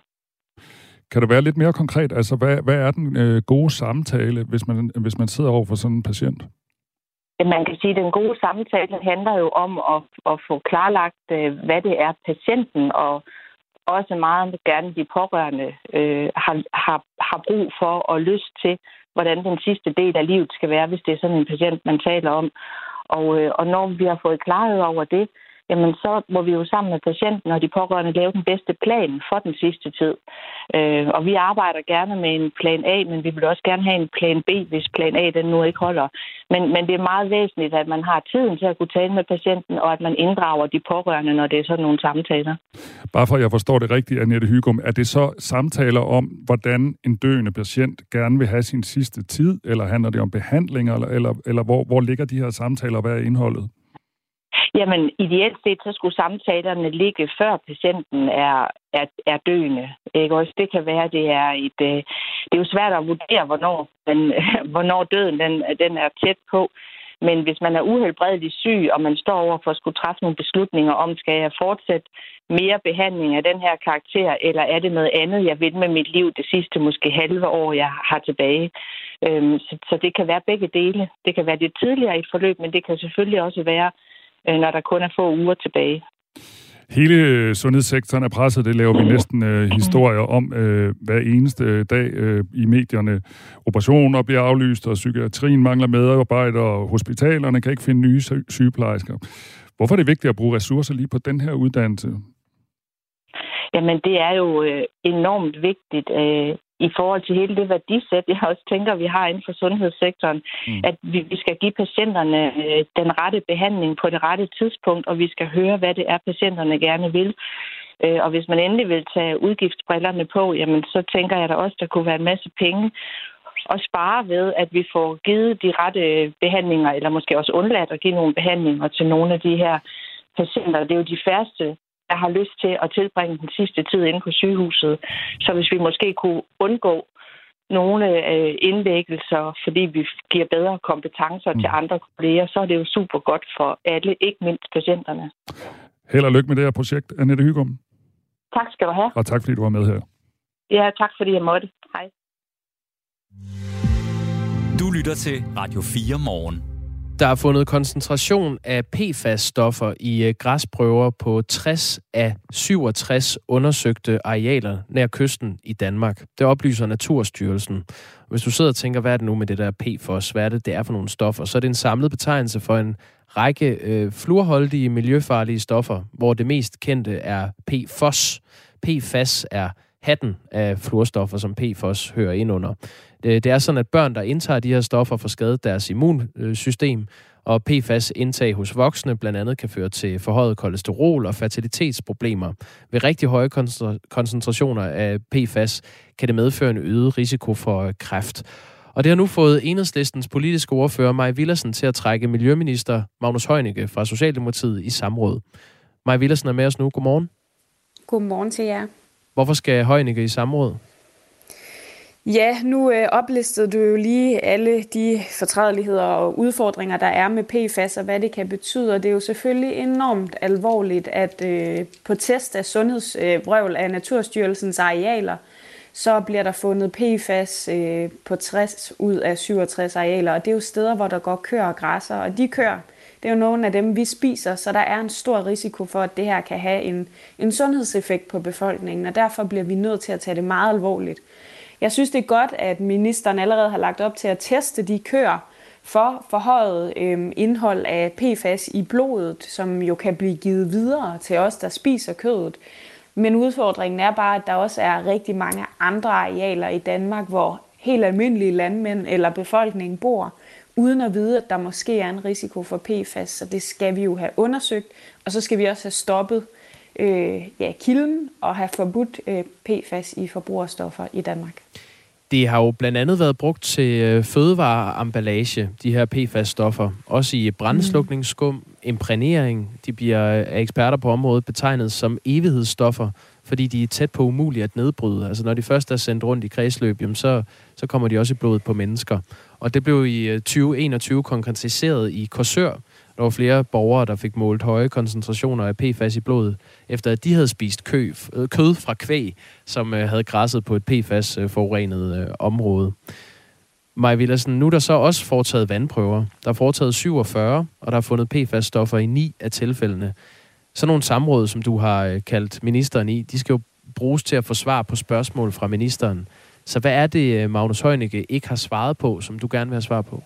Kan det være lidt mere konkret? Altså, hvad, hvad er den øh, gode samtale, hvis man, hvis man sidder over for sådan en patient? Man kan sige, at den gode samtale handler jo om at, at få klarlagt, øh, hvad det er patienten, og også meget gerne de pårørende øh, har, har, har brug for og lyst til, hvordan den sidste del af livet skal være, hvis det er sådan en patient, man taler om. Og, øh, og når vi har fået klarhed over det, jamen så må vi jo sammen med patienten og de pårørende lave den bedste plan for den sidste tid. Øh, og vi arbejder gerne med en plan A, men vi vil også gerne have en plan B, hvis plan A den nu ikke holder. Men, men det er meget væsentligt, at man har tiden til at kunne tale med patienten, og at man inddrager de pårørende, når det er sådan nogle samtaler. Bare for at jeg forstår det rigtigt, Annette Hygum, er det så samtaler om, hvordan en døende patient gerne vil have sin sidste tid, eller handler det om behandling, eller, eller, eller hvor, hvor ligger de her samtaler, hvad er indholdet? Jamen, ideelt set, så skulle samtalerne ligge, før patienten er, er, er døende. Ikke? Også det kan være, det er et... Det er jo svært at vurdere, hvornår, den, hvornår døden den, den er tæt på. Men hvis man er uhelbredeligt syg, og man står over for at skulle træffe nogle beslutninger om, skal jeg fortsætte mere behandling af den her karakter, eller er det noget andet, jeg vil med mit liv det sidste måske halve år, jeg har tilbage. Øhm, så, så det kan være begge dele. Det kan være det tidligere i et forløb, men det kan selvfølgelig også være, når der kun er få uger tilbage. Hele sundhedssektoren er presset, det laver vi næsten øh, historier om øh, hver eneste dag øh, i medierne. Operationer bliver aflyst, og psykiatrien mangler medarbejdere, og hospitalerne kan ikke finde nye sygeplejersker. Hvorfor er det vigtigt at bruge ressourcer lige på den her uddannelse? Jamen, det er jo øh, enormt vigtigt øh, i forhold til hele det værdisæt, jeg også tænker, vi har inden for sundhedssektoren, mm. at vi, vi skal give patienterne øh, den rette behandling på det rette tidspunkt, og vi skal høre, hvad det er, patienterne gerne vil. Øh, og hvis man endelig vil tage udgiftsbrillerne på, jamen, så tænker jeg da også, der kunne være en masse penge at spare ved, at vi får givet de rette behandlinger, eller måske også undladt at give nogle behandlinger til nogle af de her patienter. Det er jo de færreste, der har lyst til at tilbringe den sidste tid inde på sygehuset. Så hvis vi måske kunne undgå nogle øh, indlæggelser, fordi vi giver bedre kompetencer mm. til andre kolleger, så er det jo super godt for alle, ikke mindst patienterne. Held og lykke med det her projekt, Annette Hygum. Tak skal du have. Og tak fordi du var med her. Ja, tak fordi jeg måtte. Hej. Du lytter til Radio fire Morgen. Der er fundet koncentration af P F A S-stoffer i græsprøver på tres af syvogtres undersøgte arealer nær kysten i Danmark. Det oplyser Naturstyrelsen. Hvis du sidder og tænker, hvad er det nu med det der P F O S, hvad er det, det er for nogle stoffer, så er det en samlet betegnelse for en række øh, fluorholdige miljøfarlige stoffer, hvor det mest kendte er P F O S. P F A S er hatten af fluorstoffer, som P F O S hører ind under. Det er sådan, at børn, der indtager de her stoffer, får skadet deres immunsystem, og P F A S-indtag hos voksne blandt andet kan føre til forhøjet kolesterol og fertilitetsproblemer. Ved rigtig høje koncentrationer af P F A S kan det medføre en øget risiko for kræft. Og det har nu fået Enhedslistens politiske ordfører Mai Villadsen til at trække miljøminister Magnus Heunicke fra Socialdemokratiet i samråd. Mai Villadsen er med os nu. Godmorgen. Godmorgen til jer. Hvorfor skal Heunicke i samråd? Ja, nu øh, oplistede du jo lige alle de fortrædeligheder og udfordringer, der er med P F A S, og hvad det kan betyde. Og det er jo selvfølgelig enormt alvorligt, at øh, på test af sundhedsvrøvl øh, af Naturstyrelsens arealer, så bliver der fundet P F A S øh, på tres ud af syvogtres arealer. Og det er jo steder, hvor der går køer og græsser, og de køer, det er jo nogle af dem, vi spiser, så der er en stor risiko for, at det her kan have en, en sundhedseffekt på befolkningen, og derfor bliver vi nødt til at tage det meget alvorligt. Jeg synes, det er godt, at ministeren allerede har lagt op til at teste de køer for forhøjet øh, indhold af P F A S i blodet, som jo kan blive givet videre til os, der spiser kødet. Men udfordringen er bare, at der også er rigtig mange andre arealer i Danmark, hvor helt almindelige landmænd eller befolkningen bor, uden at vide, at der måske er en risiko for P F A S. Så det skal vi jo have undersøgt, og så skal vi også have stoppet Øh, ja, kilden og have forbudt øh, P F A S i forbrugerstoffer i Danmark. Det har jo blandt andet været brugt til øh, fødevareemballage, de her P F A S-stoffer. Også i brandslukningsskum, imprægnering. De bliver af eksperter på området betegnet som evighedsstoffer, fordi de er tæt på umulige at nedbryde. Altså når de først er sendt rundt i kredsløb, jamen, så, så kommer de også i blodet på mennesker. Og det blev i tyve enogtyve konkretiseret i Korsør. Der var flere borgere, der fik målt høje koncentrationer af P F A S i blodet, efter at de havde spist kø, kød fra kvæg, som havde græsset på et P F A S-forurenet område. Mai Villadsen, nu er der så også foretaget vandprøver. Der er foretaget syvogfyrre, og der er fundet P F A S-stoffer i ni af tilfældene. Sådan nogle samråd, som du har kaldt ministeren i, de skal jo bruges til at få svar på spørgsmål fra ministeren. Så hvad er det, Magnus Heunicke ikke har svaret på, som du gerne vil have svar på?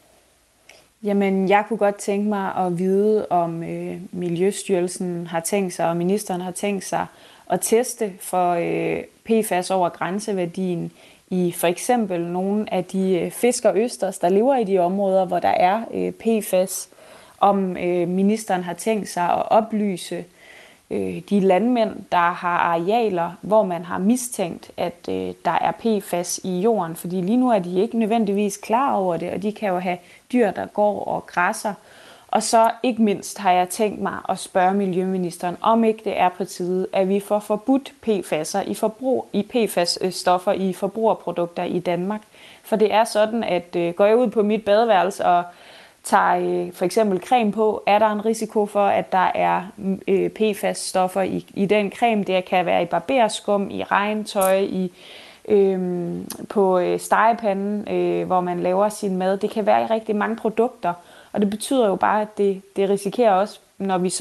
Jamen, jeg kunne godt tænke mig at vide, om øh, Miljøstyrelsen har tænkt sig, og ministeren har tænkt sig at teste for øh, P F A S over grænseværdien i for eksempel nogle af de øh, fisk og østers, der lever i de områder, hvor der er øh, P F A S, om øh, ministeren har tænkt sig at oplyse øh, de landmænd, der har arealer, hvor man har mistænkt, at øh, der er P F A S i jorden, fordi lige nu er de ikke nødvendigvis klar over det, og de kan jo have dyr, der går og græsser. Og så ikke mindst har jeg tænkt mig at spørge miljøministeren, om ikke det er på tide, at vi får forbudt P F A S'er i, forbrug, i P F A S-stoffer i forbrugerprodukter i Danmark. For det er sådan, at øh, går jeg ud på mit badeværelse og tager øh, for eksempel creme på, er der en risiko for, at der er øh, P F A S-stoffer i, i den creme. Det kan være i barberskum, i regntøj, i Øhm, på øh, stegepanden, øh, hvor man laver sin mad. Det kan være i rigtig mange produkter, og det betyder jo bare, at det, det risikerer også, når vi så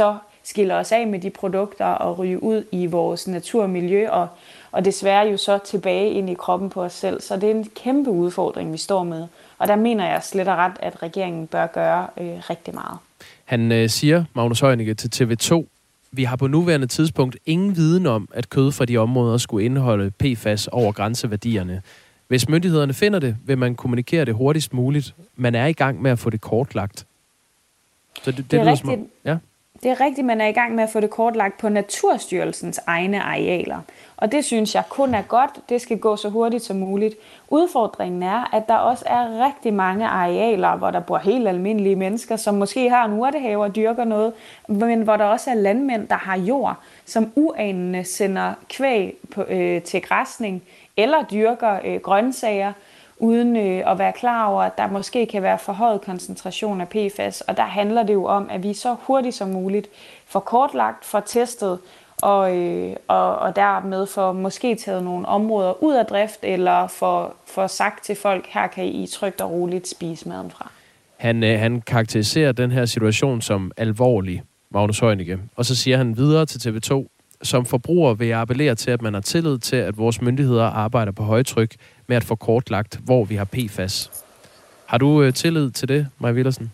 skille os af med de produkter og ryge ud i vores natur og miljø, og, og desværre jo så tilbage ind i kroppen på os selv. Så det er en kæmpe udfordring, vi står med. Og der mener jeg slet og ret, at regeringen bør gøre øh, rigtig meget. Han øh, siger, Magnus Heunicke, til T V to, vi har på nuværende tidspunkt ingen viden om, at kød fra de områder skulle indeholde P F A S over grænseværdierne. Hvis myndighederne finder det, vil man kommunikere det hurtigst muligt. Man er i gang med at få det kortlagt. Så det, det, det er lyder rigtigt. som, ja. Det er rigtigt, man er i gang med at få det kortlagt på Naturstyrelsens egne arealer. Og det synes jeg kun er godt. Det skal gå så hurtigt som muligt. Udfordringen er, at der også er rigtig mange arealer, hvor der bor helt almindelige mennesker, som måske har en urtehave og dyrker noget, men hvor der også er landmænd, der har jord, som uanende sender kvæg på, øh, til græsning eller dyrker øh, grøntsager, uden øh, at være klar over, at der måske kan være forhøjet koncentration af P F A S. Og der handler det jo om, at vi så hurtigt som muligt får kortlagt, får testet, og, øh, og, og dermed får måske taget nogle områder ud af drift, eller får, får sagt til folk, her kan I trygt og roligt spise maden fra. Han, øh, han karakteriserer den her situation som alvorlig, Magnus Heunicke. Og så siger han videre til T V to, som forbruger vil jeg appellere til, at man har tillid til, at vores myndigheder arbejder på højtryk med at få kortlagt, hvor vi har P F A S. Har du øh, tillid til det, Maja Villersen?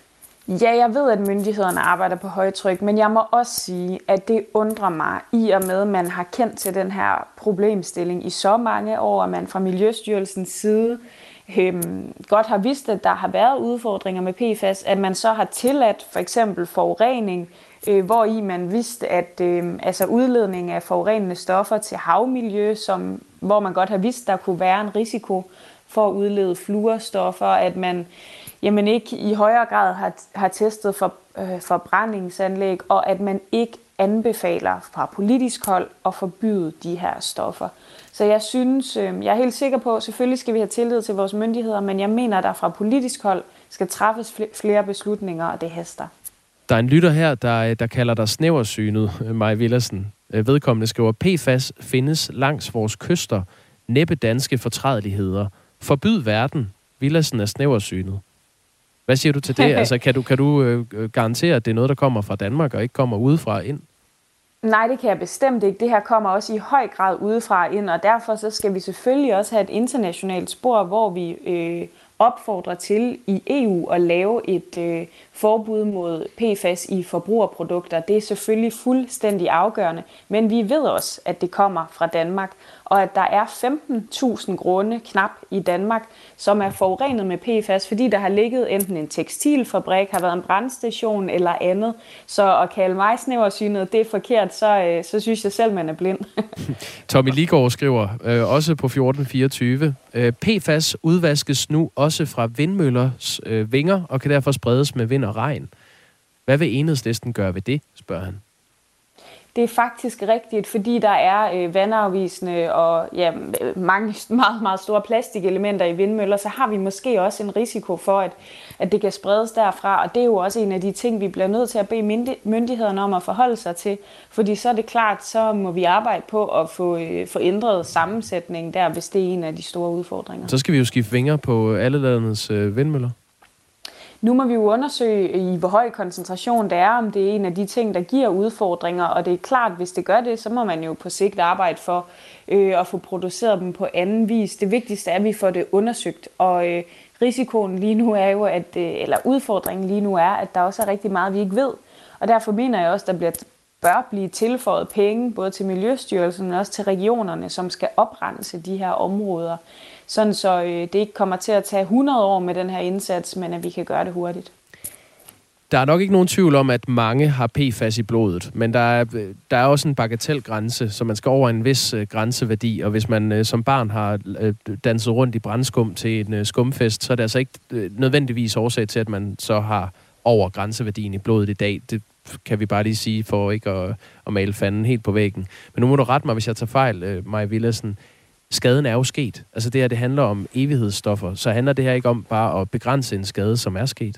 Ja, jeg ved, at myndighederne arbejder på højtryk, men jeg må også sige, at det undrer mig, i og med, at man har kendt til den her problemstilling i så mange år, at man fra Miljøstyrelsens side øhm, godt har vidst, at der har været udfordringer med P F A S, at man så har tilladt for eksempel forurening, øh, hvor i man vidste, at øh, altså udledning af forurenende stoffer til havmiljø, som, hvor man godt har vidst, der kunne være en risiko for at udlede fluorstoffer, at man jamen ikke i højere grad har, har testet for øh, forbrændingsanlæg, og at man ikke anbefaler fra politisk hold at forbyde de her stoffer. Så jeg synes, øh, jeg er helt sikker på, selvfølgelig skal vi have tillid til vores myndigheder, men jeg mener, at der fra politisk hold skal træffes flere beslutninger, og det haster. Der er en lytter her, der, der kalder dig snæversynet, Maja Villersen. Vedkommende skriver, P F A S findes langs vores kyster, næppe danske fortrædeligheder. Forbyd verden. Villersen er snæversynet. Hvad siger du til det? Altså, kan du, kan du øh, garantere, at det er noget, der kommer fra Danmark og ikke kommer udefra ind? Nej, det kan jeg bestemt ikke. Det her kommer også i høj grad udefra ind, og derfor så skal vi selvfølgelig også have et internationalt spor, hvor vi øh, opfordrer til i E U at lave et øh, forbud mod P F A S i forbrugerprodukter. Det er selvfølgelig fuldstændig afgørende, men vi ved også, at det kommer fra Danmark, og at der er femten tusind grunde knap i Danmark, som er forurenet med P F A S, fordi der har ligget enten en tekstilfabrik, har været en brandstation eller andet. Så at kalde mig snæversynet, det er forkert, så, så synes jeg selv, man er blind. Tommy Ligård skriver, øh, også på fjorten fireogtyve, øh, P F A S udvaskes nu også fra vindmøllers øh, vinger, og kan derfor spredes med vind og regn. Hvad vil Enhedslisten gøre ved det, spørger han. Det er faktisk rigtigt, fordi der er øh, vandafvisende og ja, mange meget, meget store plastikelementer i vindmøller, så har vi måske også en risiko for, at, at det kan spredes derfra. Og det er jo også en af de ting, vi bliver nødt til at bede myndighederne om at forholde sig til. Fordi så er det klart, så må vi arbejde på at få, øh, få ændret sammensætningen der, hvis det er en af de store udfordringer. Så skal vi jo skifte vinger på alle landets øh, vindmøller. Nu må vi jo undersøge, i hvor høj koncentration det er, om det er en af de ting, der giver udfordringer. Og det er klart, hvis det gør det, så må man jo på sigt arbejde for øh, at få produceret dem på anden vis. Det vigtigste er, at vi får det undersøgt. Og øh, risikoen lige nu er jo, at, øh, eller udfordringen lige nu er, at der også er rigtig meget, vi ikke ved. Og derfor mener jeg også, at der bliver, bør blive tilføjet penge, både til Miljøstyrelsen, men også til regionerne, som skal oprense de her områder. Sådan så øh, det ikke kommer til at tage hundrede år med den her indsats, men at vi kan gøre det hurtigt. Der er nok ikke nogen tvivl om, at mange har P F A S i blodet, men der er, der er også en bagatelgrænse, så man skal over en vis øh, grænseværdi, og hvis man øh, som barn har øh, danset rundt i brandskum til en øh, skumfest, så er det altså ikke øh, nødvendigvis årsag til, at man så har over grænseværdien i blodet i dag. Det kan vi bare lige sige, for ikke at, at male fanden helt på væggen. Men nu må du rette mig, hvis jeg tager fejl, øh, Maja Villersen. Skaden er jo sket. Altså det her, det handler om evighedsstoffer. Så handler det her ikke om bare at begrænse en skade, som er sket?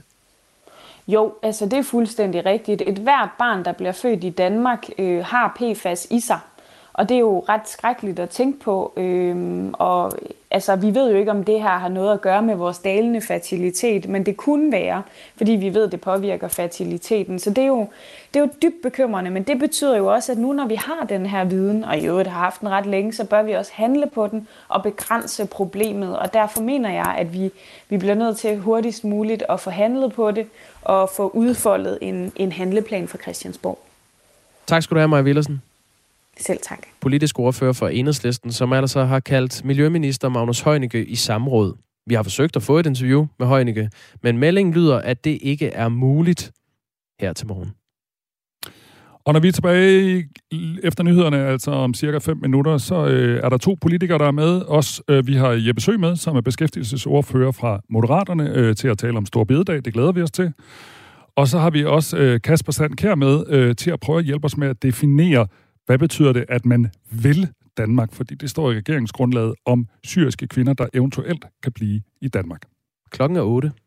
Jo, altså det er fuldstændig rigtigt. Et hvert barn, der bliver født i Danmark, øh, har P F A S i sig. Og det er jo ret skrækkeligt at tænke på, øhm, og altså, vi ved jo ikke, om det her har noget at gøre med vores dalende fertilitet, men det kunne være, fordi vi ved, at det påvirker fertiliteten. Så det er, jo, det er jo dybt bekymrende, men det betyder jo også, at nu når vi har den her viden, og i øvrigt har haft den ret længe, så bør vi også handle på den og begrænse problemet. Og derfor mener jeg, at vi, vi bliver nødt til hurtigst muligt at få handlet på det og få udfoldet en, en handleplan for Christiansborg. Tak skal du have, Maja Villersen. Selv tak. Politisk ordfører for Enhedslisten, som altså har kaldt miljøminister Magnus Heunicke i samråd. Vi har forsøgt at få et interview med Heunicke, men meldingen lyder, at det ikke er muligt her til morgen. Og når vi er tilbage efter nyhederne, altså om cirka fem minutter, så øh, er der to politikere, der er med os. Øh, vi har Jeppe Søe med, som er beskæftigelsesordfører fra Moderaterne, øh, til at tale om Store Bededag. Det glæder vi os til. Og så har vi også øh, Kasper Sandkjær med øh, til at prøve at hjælpe os med at definere, hvad betyder det, at man vil Danmark? Fordi det står i regeringsgrundlaget om syriske kvinder, der eventuelt kan blive i Danmark. Klokken er otte.